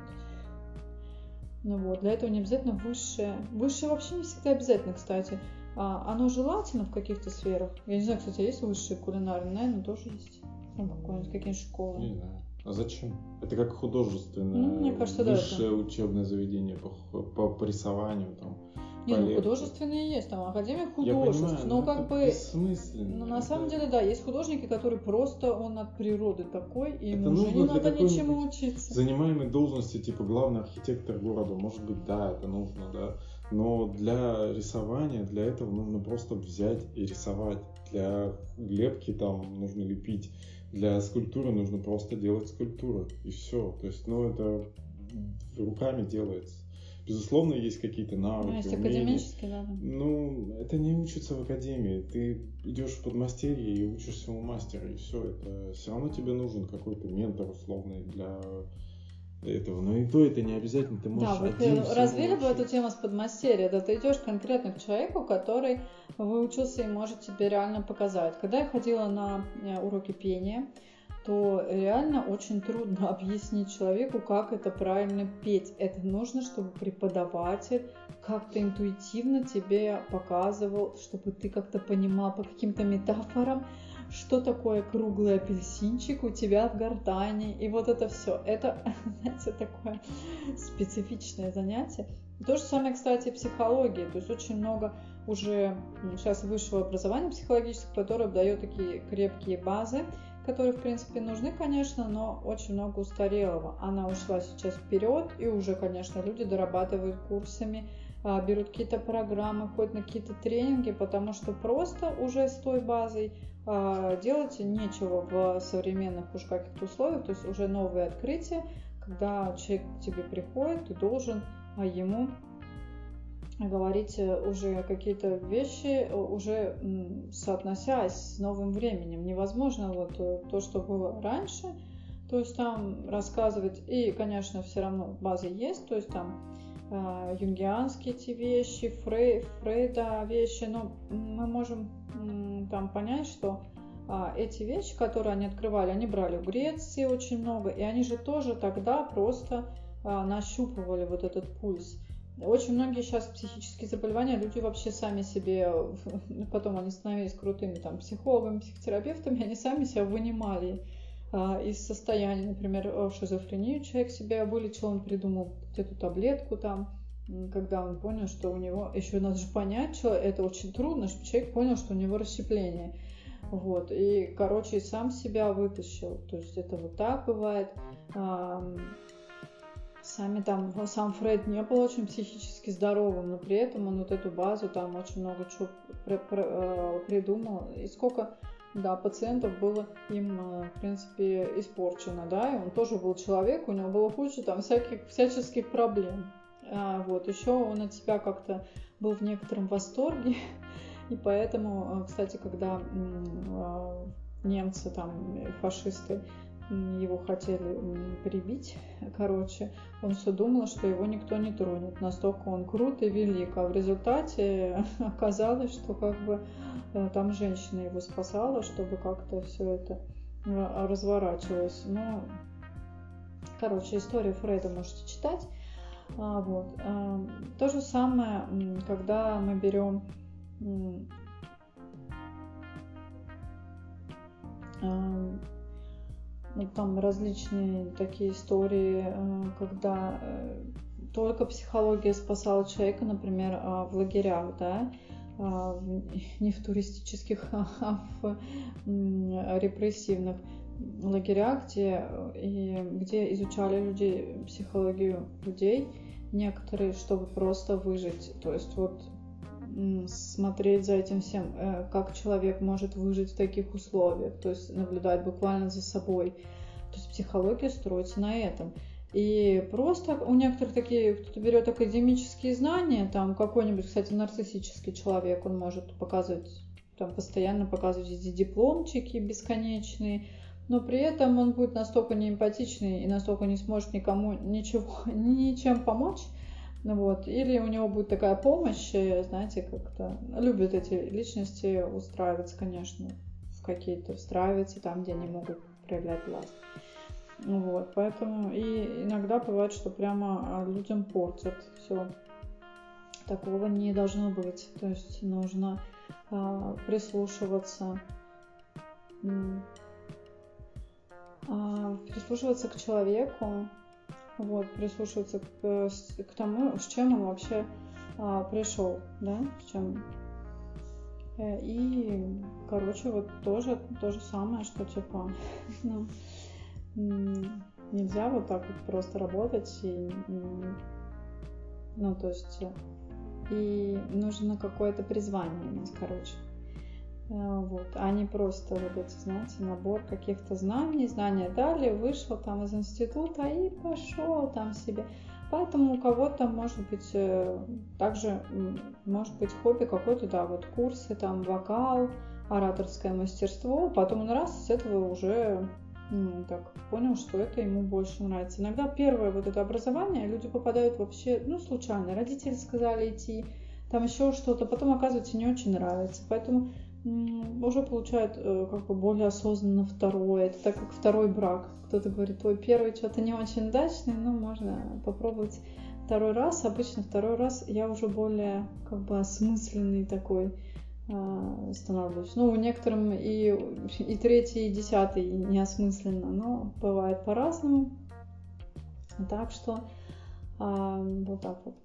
[SPEAKER 1] Вот, для этого не обязательно высшее. Высшее вообще не всегда обязательно, кстати. Оно желательно в каких-то сферах. Я не знаю, кстати, есть высшие кулинарные, наверное, тоже есть. Какие-нибудь школы.
[SPEAKER 2] Не знаю. А зачем? Это как художественное,
[SPEAKER 1] мне кажется,
[SPEAKER 2] высшее учебное заведение по рисованию там.
[SPEAKER 1] Художественные есть, там Академия художеств,
[SPEAKER 2] я понимаю,
[SPEAKER 1] но как бы
[SPEAKER 2] бессмысленно.
[SPEAKER 1] на самом деле, да, есть художники, которые просто он от природы такой, и ему
[SPEAKER 2] это
[SPEAKER 1] уже не надо ничему учиться.
[SPEAKER 2] Занимаемой должности, типа главный архитектор города, может быть, да, это нужно, да. Но для рисования, для этого нужно просто взять и рисовать. Для лепки там нужно лепить. Для скульптуры нужно просто делать скульптуру. И все. То есть, это руками делается. Безусловно, есть какие-то навыки,
[SPEAKER 1] есть
[SPEAKER 2] умения.
[SPEAKER 1] академические, да.
[SPEAKER 2] Это не учится в академии. Ты идешь в подмастерье и учишься у мастера, и все. Это все равно тебе нужен какой-то ментор условный для этого. Но и то это не обязательно. Ты можешь один
[SPEAKER 1] развили бы эту тему с подмастерья. Да, ты идешь конкретно к человеку, который выучился и может тебе реально показать. Когда я ходила на уроки пения, то реально очень трудно объяснить человеку, как это правильно петь. Это нужно, чтобы преподаватель как-то интуитивно тебе показывал, чтобы ты как-то понимал по каким-то метафорам, что такое круглый апельсинчик у тебя в гортани. И вот это все. Это, знаете, такое специфичное занятие. То же самое, кстати, и психология. То есть очень много уже сейчас высшего образования психологического, которое дает такие крепкие базы, которые, в принципе, нужны, конечно, но очень много устарелого. Она ушла сейчас вперед, и уже, конечно, люди дорабатывают курсами, берут какие-то программы, ходят на какие-то тренинги, потому что просто уже с той базой делать нечего в современных уж каких-то условиях, то есть уже новые открытия, когда человек к тебе приходит, ты должен ему говорить уже какие-то вещи, уже соотносясь с новым временем. Невозможно то, что было раньше, то есть там рассказывать, и, конечно, все равно база есть, то есть там юнгианские эти вещи, Фрейда вещи, но мы можем там понять, что эти вещи, которые они открывали, они брали в Греции очень много, и они же тоже тогда просто нащупывали вот этот пульс. Очень многие сейчас психические заболевания люди вообще сами себе, потом они становились крутыми там психологами, психотерапевтами, они сами себя вынимали из состояния, например, шизофрению человек себя вылечил, он придумал эту таблетку там, когда он понял, что у него, еще надо же понять, что это очень трудно, чтобы человек понял, что у него расщепление. Вот, и, короче, сам себя вытащил, то есть это вот так бывает. сам Фрейд не был очень психически здоровым, но при этом он вот эту базу там очень много чего придумал. И сколько, да, пациентов было им, в принципе, испорчено, да, и он тоже был человек, у него было куча там всяческих проблем. Вот, еще он от себя как-то был в некотором восторге, и поэтому, кстати, когда немцы, там, фашисты его хотели прибить, он все думал, что его никто не тронет, настолько он крут и велик, а в результате оказалось, что как бы там женщина его спасала, чтобы как-то все это разворачивалось. Ну, историю Фрейда можете читать. Вот. То же самое, когда мы берем там различные такие истории, когда только психология спасала человека, например, в лагерях, да, не в туристических, а в репрессивных лагерях, где изучали людей, психологию людей, некоторые, чтобы просто выжить. То есть вот смотреть за этим всем, как человек может выжить в таких условиях, то есть наблюдать буквально за собой. То есть психология строится на этом. И просто у некоторых такие, кто-то берет академические знания, там какой-нибудь, кстати, нарциссический человек, он может показывать, там постоянно показывать эти дипломчики бесконечные, но при этом он будет настолько неэмпатичный и настолько не сможет никому ничем помочь. Вот. Или у него будет такая помощь, знаете, как-то любят эти личности устраиваться, конечно, встраиваться там, где они могут проявлять власть. Вот. Поэтому и иногда бывает, что прямо людям портят все. Такого не должно быть. То есть нужно прислушиваться к человеку, вот, прислушиваться к тому, с чем он вообще пришел, да, с чем. И, вот тоже то же самое, что типа, нельзя вот так вот просто работать, то есть, и нужно какое-то призвание иметь, вот, а не просто вот эти, знаете, набор каких-то знания дали, вышел там из института и пошел там себе. Поэтому у кого-то может быть также, может быть, хобби какой-то, да, вот курсы, там, вокал, ораторское мастерство, потом он раз с этого уже так понял, что это ему больше нравится. Иногда первое вот это образование люди попадают вообще, случайно, родители сказали идти, там еще что-то, потом оказывается не очень нравится, поэтому уже получают как бы более осознанно второе. Это так как второй брак. Кто-то говорит, ой, первый что-то не очень удачный, можно попробовать второй раз. Обычно второй раз я уже более как бы осмысленный такой становлюсь. Некоторым и третий, и десятый неосмысленно, но бывает по-разному. Так что вот так вот.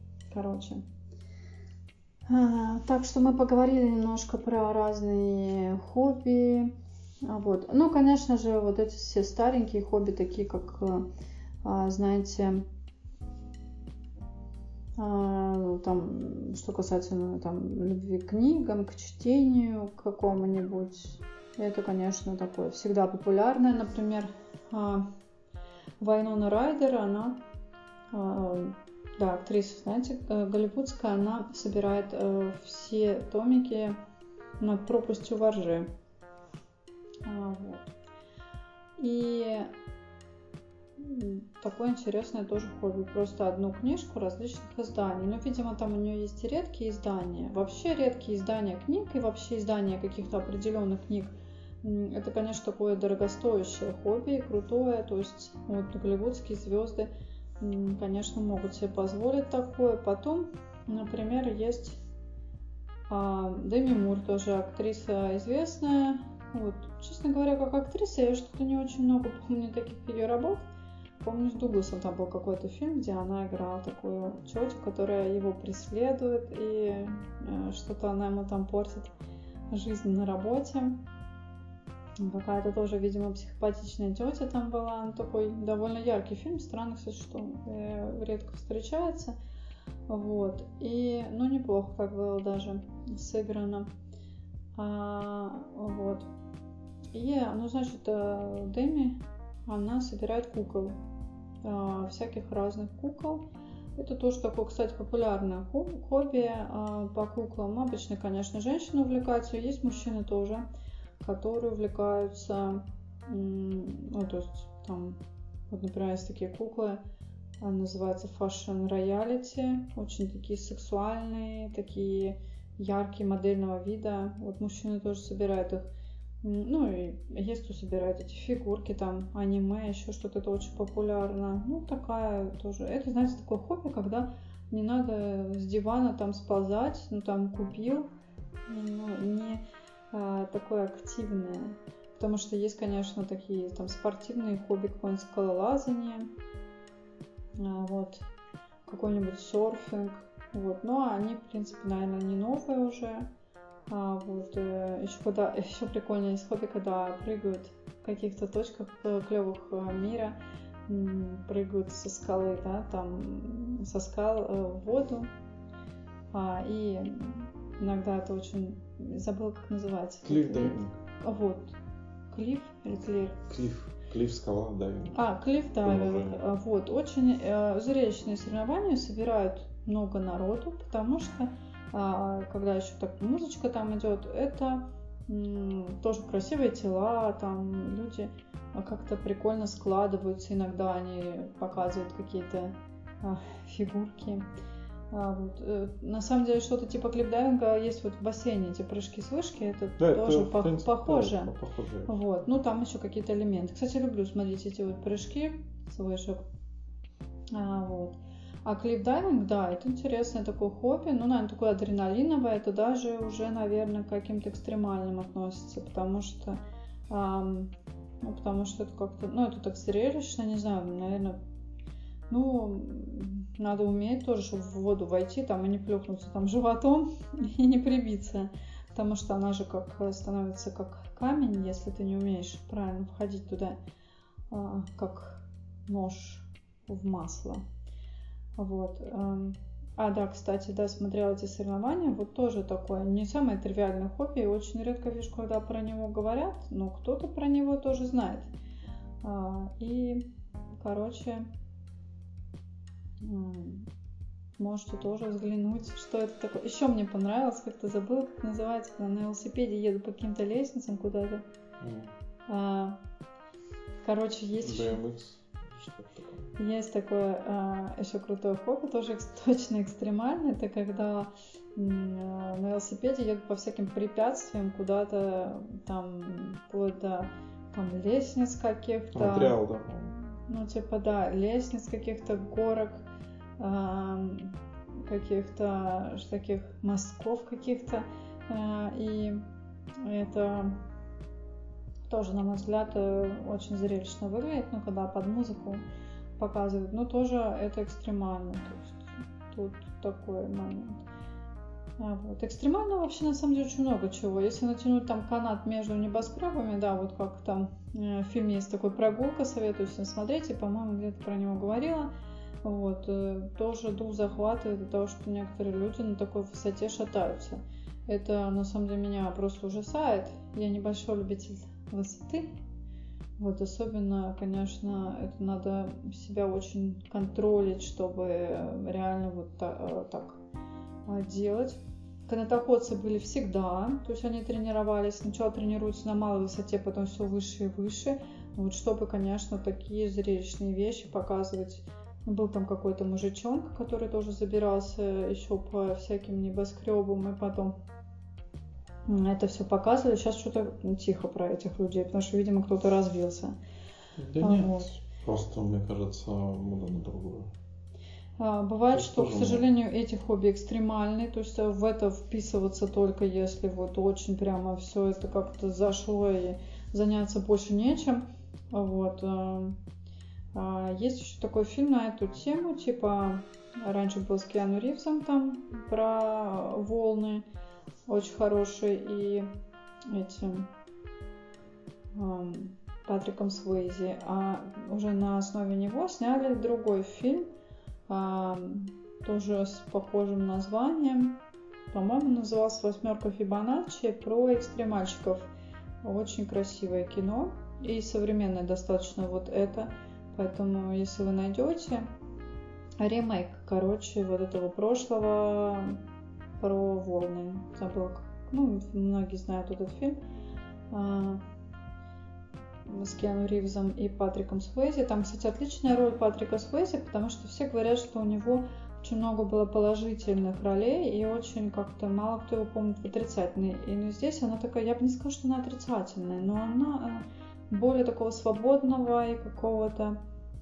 [SPEAKER 1] Так что мы поговорили немножко про разные хобби. Вот. Конечно же, вот эти все старенькие хобби, такие как, знаете, там, что касается любви к книгам, к чтению к какому-нибудь, это, конечно, такое всегда популярное. Например, Вайнона Райдер, она... Да, актриса, знаете, голливудская, она собирает все томики над пропастью во ржи. Вот. И такое интересное тоже хобби. Просто одну книжку различных изданий. Видимо, там у нее есть и редкие издания. Вообще редкие издания книг и вообще издания каких-то определенных книг. Это, конечно, такое дорогостоящее хобби, крутое. То есть вот голливудские звезды, конечно, могут себе позволить такое. Потом, например, есть Деми Мур, тоже актриса известная. Вот. Честно говоря, как актриса, я что-то не очень много помню таких ее работ. Помню, с Дугласом там был какой-то фильм, где она играла такую тетю, которая его преследует, и что-то она ему там портит жизнь на работе. Какая-то тоже, видимо, психопатичная тетя там была. Такой довольно яркий фильм. Странно, кстати, что редко встречается. Вот. И, неплохо так было даже сыграно. Вот. И, значит, Дэми, она собирает кукол. Всяких разных кукол. Это тоже такое, кстати, популярное хобби по куклам. Обычно, конечно, женщины увлекаются. Есть мужчины тоже, которые увлекаются, то есть там, вот, например, есть такие куклы, называются Fashion Royalty, очень такие сексуальные, такие яркие, модельного вида. Вот мужчины тоже собирают их. И есть кто собирает эти фигурки, там, аниме, еще что-то, это очень популярно. Такая тоже. Это, знаете, такое хобби, когда не надо с дивана там сползать, там купил, не такое активное. Потому что есть, конечно, такие там спортивные хобби, какое-нибудь скалолазание, вот, какой-нибудь серфинг, вот. Но они, в принципе, наверное, не новые уже. Вот, еще прикольно есть хобби, когда прыгают в каких-то точках клевых мира, прыгают со скалы, да, там со скал в воду. И иногда это очень... Забыла, как называется.
[SPEAKER 2] Клифф-дайвинг.
[SPEAKER 1] Вот. Клифф или клир?
[SPEAKER 2] Клифф, скала, дайвинг.
[SPEAKER 1] Клифф-дайвинг. Вот. Очень зрелищные соревнования, собирают много народу, потому что когда еще так музычка там идет, это тоже красивые тела, там люди как-то прикольно складываются, иногда они показывают какие-то фигурки. Вот. На самом деле что-то типа клипдайвинга есть вот в бассейне, эти прыжки с вышки, это тоже
[SPEAKER 2] это, принципе,
[SPEAKER 1] похоже.
[SPEAKER 2] Да, похоже.
[SPEAKER 1] Вот. Там еще какие-то элементы. Кстати, люблю смотреть эти вот прыжки с вышек. Вот. А клипдайвинг, да, это интересное такое хобби, наверное, такое адреналиновое, это даже уже, наверное, к каким-то экстремальным относится, потому что это как-то, это так зрелищно, не знаю, наверное, надо уметь тоже, чтобы в воду войти, там, и не плюхнуться там животом и не прибиться, потому что она же становится как камень, если ты не умеешь правильно входить туда, как нож в масло. Вот. Да, кстати, смотрела эти соревнования, вот тоже такое не самое тривиальное хобби, очень редко вижу, когда про него говорят, но кто-то про него тоже знает. И, можете тоже взглянуть, что это такое. Еще мне понравилось, как-то забыла, как называется, когда на велосипеде еду по каким-то лестницам куда-то. Есть
[SPEAKER 2] BMX.
[SPEAKER 1] Есть такое еще крутое хобби, тоже точно экстремальное. Это когда на велосипеде едут по всяким препятствиям куда-то, там, вплоть до лестниц каких-то.
[SPEAKER 2] Материал, да.
[SPEAKER 1] Лестниц каких-то, горок, каких-то таких мостков каких-то. И это тоже, на мой взгляд, очень зрелищно выглядит, когда под музыку показывают, но тоже это экстремально, то есть тут такой момент. Вот. Экстремально вообще на самом деле очень много чего. Если натянуть там канат между небоскребами, да, вот как там в фильме есть такой «Прогулка», советую всем смотреть, и, по-моему, где-то про него говорила. Вот. Тоже дух захватывает от того, что некоторые люди на такой высоте шатаются. Это на самом деле меня просто ужасает. Я небольшой любитель высоты. Вот, особенно, конечно, это надо себя очень контролить, чтобы реально вот так делать. Канатоходцы были всегда, то есть они тренировались. Сначала тренируются на малой высоте, потом все выше и выше. Вот, чтобы, конечно, такие зрелищные вещи показывать. Был там какой-то мужичонка, который тоже забирался еще по всяким небоскребам, и потом это все показывали. Сейчас что-то тихо про этих людей, потому что, видимо, кто-то разбился.
[SPEAKER 2] Да нет, просто, мне кажется, мода на другую.
[SPEAKER 1] Бывает, что, к сожалению, эти хобби экстремальные, то есть в это вписываться только если вот очень прямо все это как-то зашло и заняться больше нечем. Вот. Есть еще такой фильм на эту тему, типа раньше был с Киану Ривзом там про волны, очень хороший, и Патриком Суэйзи, а уже на основе него сняли другой фильм, тоже с похожим названием. По-моему, назывался «Восьмерка Фибоначчи», про экстремальщиков. Очень красивое кино и современное достаточно вот это. Поэтому, если вы найдете ремейк, вот этого прошлого про волны. Забыла, многие знают этот фильм с Киану Ривзом и Патриком Суэйзи. Там, кстати, отличная роль Патрика Суэйзи, потому что все говорят, что у него очень много было положительных ролей, и очень как-то мало кто его помнит в отрицательной. И здесь она такая, я бы не сказала, что она отрицательная, но она более такого свободного и какого-то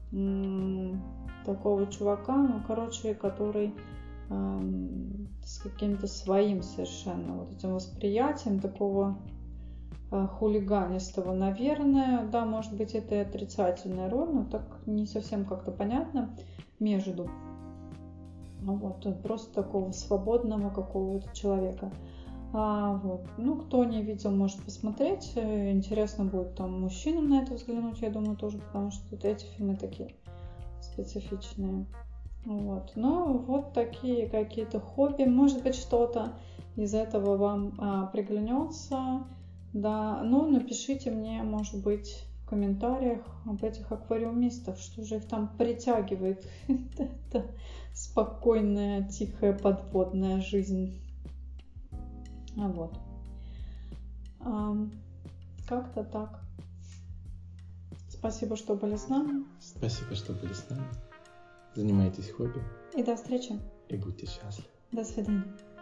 [SPEAKER 1] такого чувака, который с каким-то своим совершенно вот этим восприятием такого хулиганистого, наверное, да, может быть, это и отрицательная роль, но так не совсем как-то понятно между. Просто такого свободного какого-то человека. Кто не видел, может посмотреть. Интересно будет там мужчинам на это взглянуть, я думаю, тоже, потому что эти фильмы такие специфичные. Вот такие какие-то хобби. Может быть, что-то из этого вам приглянется. Да, напишите мне, может быть, в комментариях об этих аквариумистах, что же их там притягивает. Это спокойная, тихая подводная жизнь. Как-то так. Спасибо, что были с нами.
[SPEAKER 2] Спасибо, что были с нами. Занимайтесь хобби.
[SPEAKER 1] И до встречи.
[SPEAKER 2] И будьте счастливы.
[SPEAKER 1] До свидания.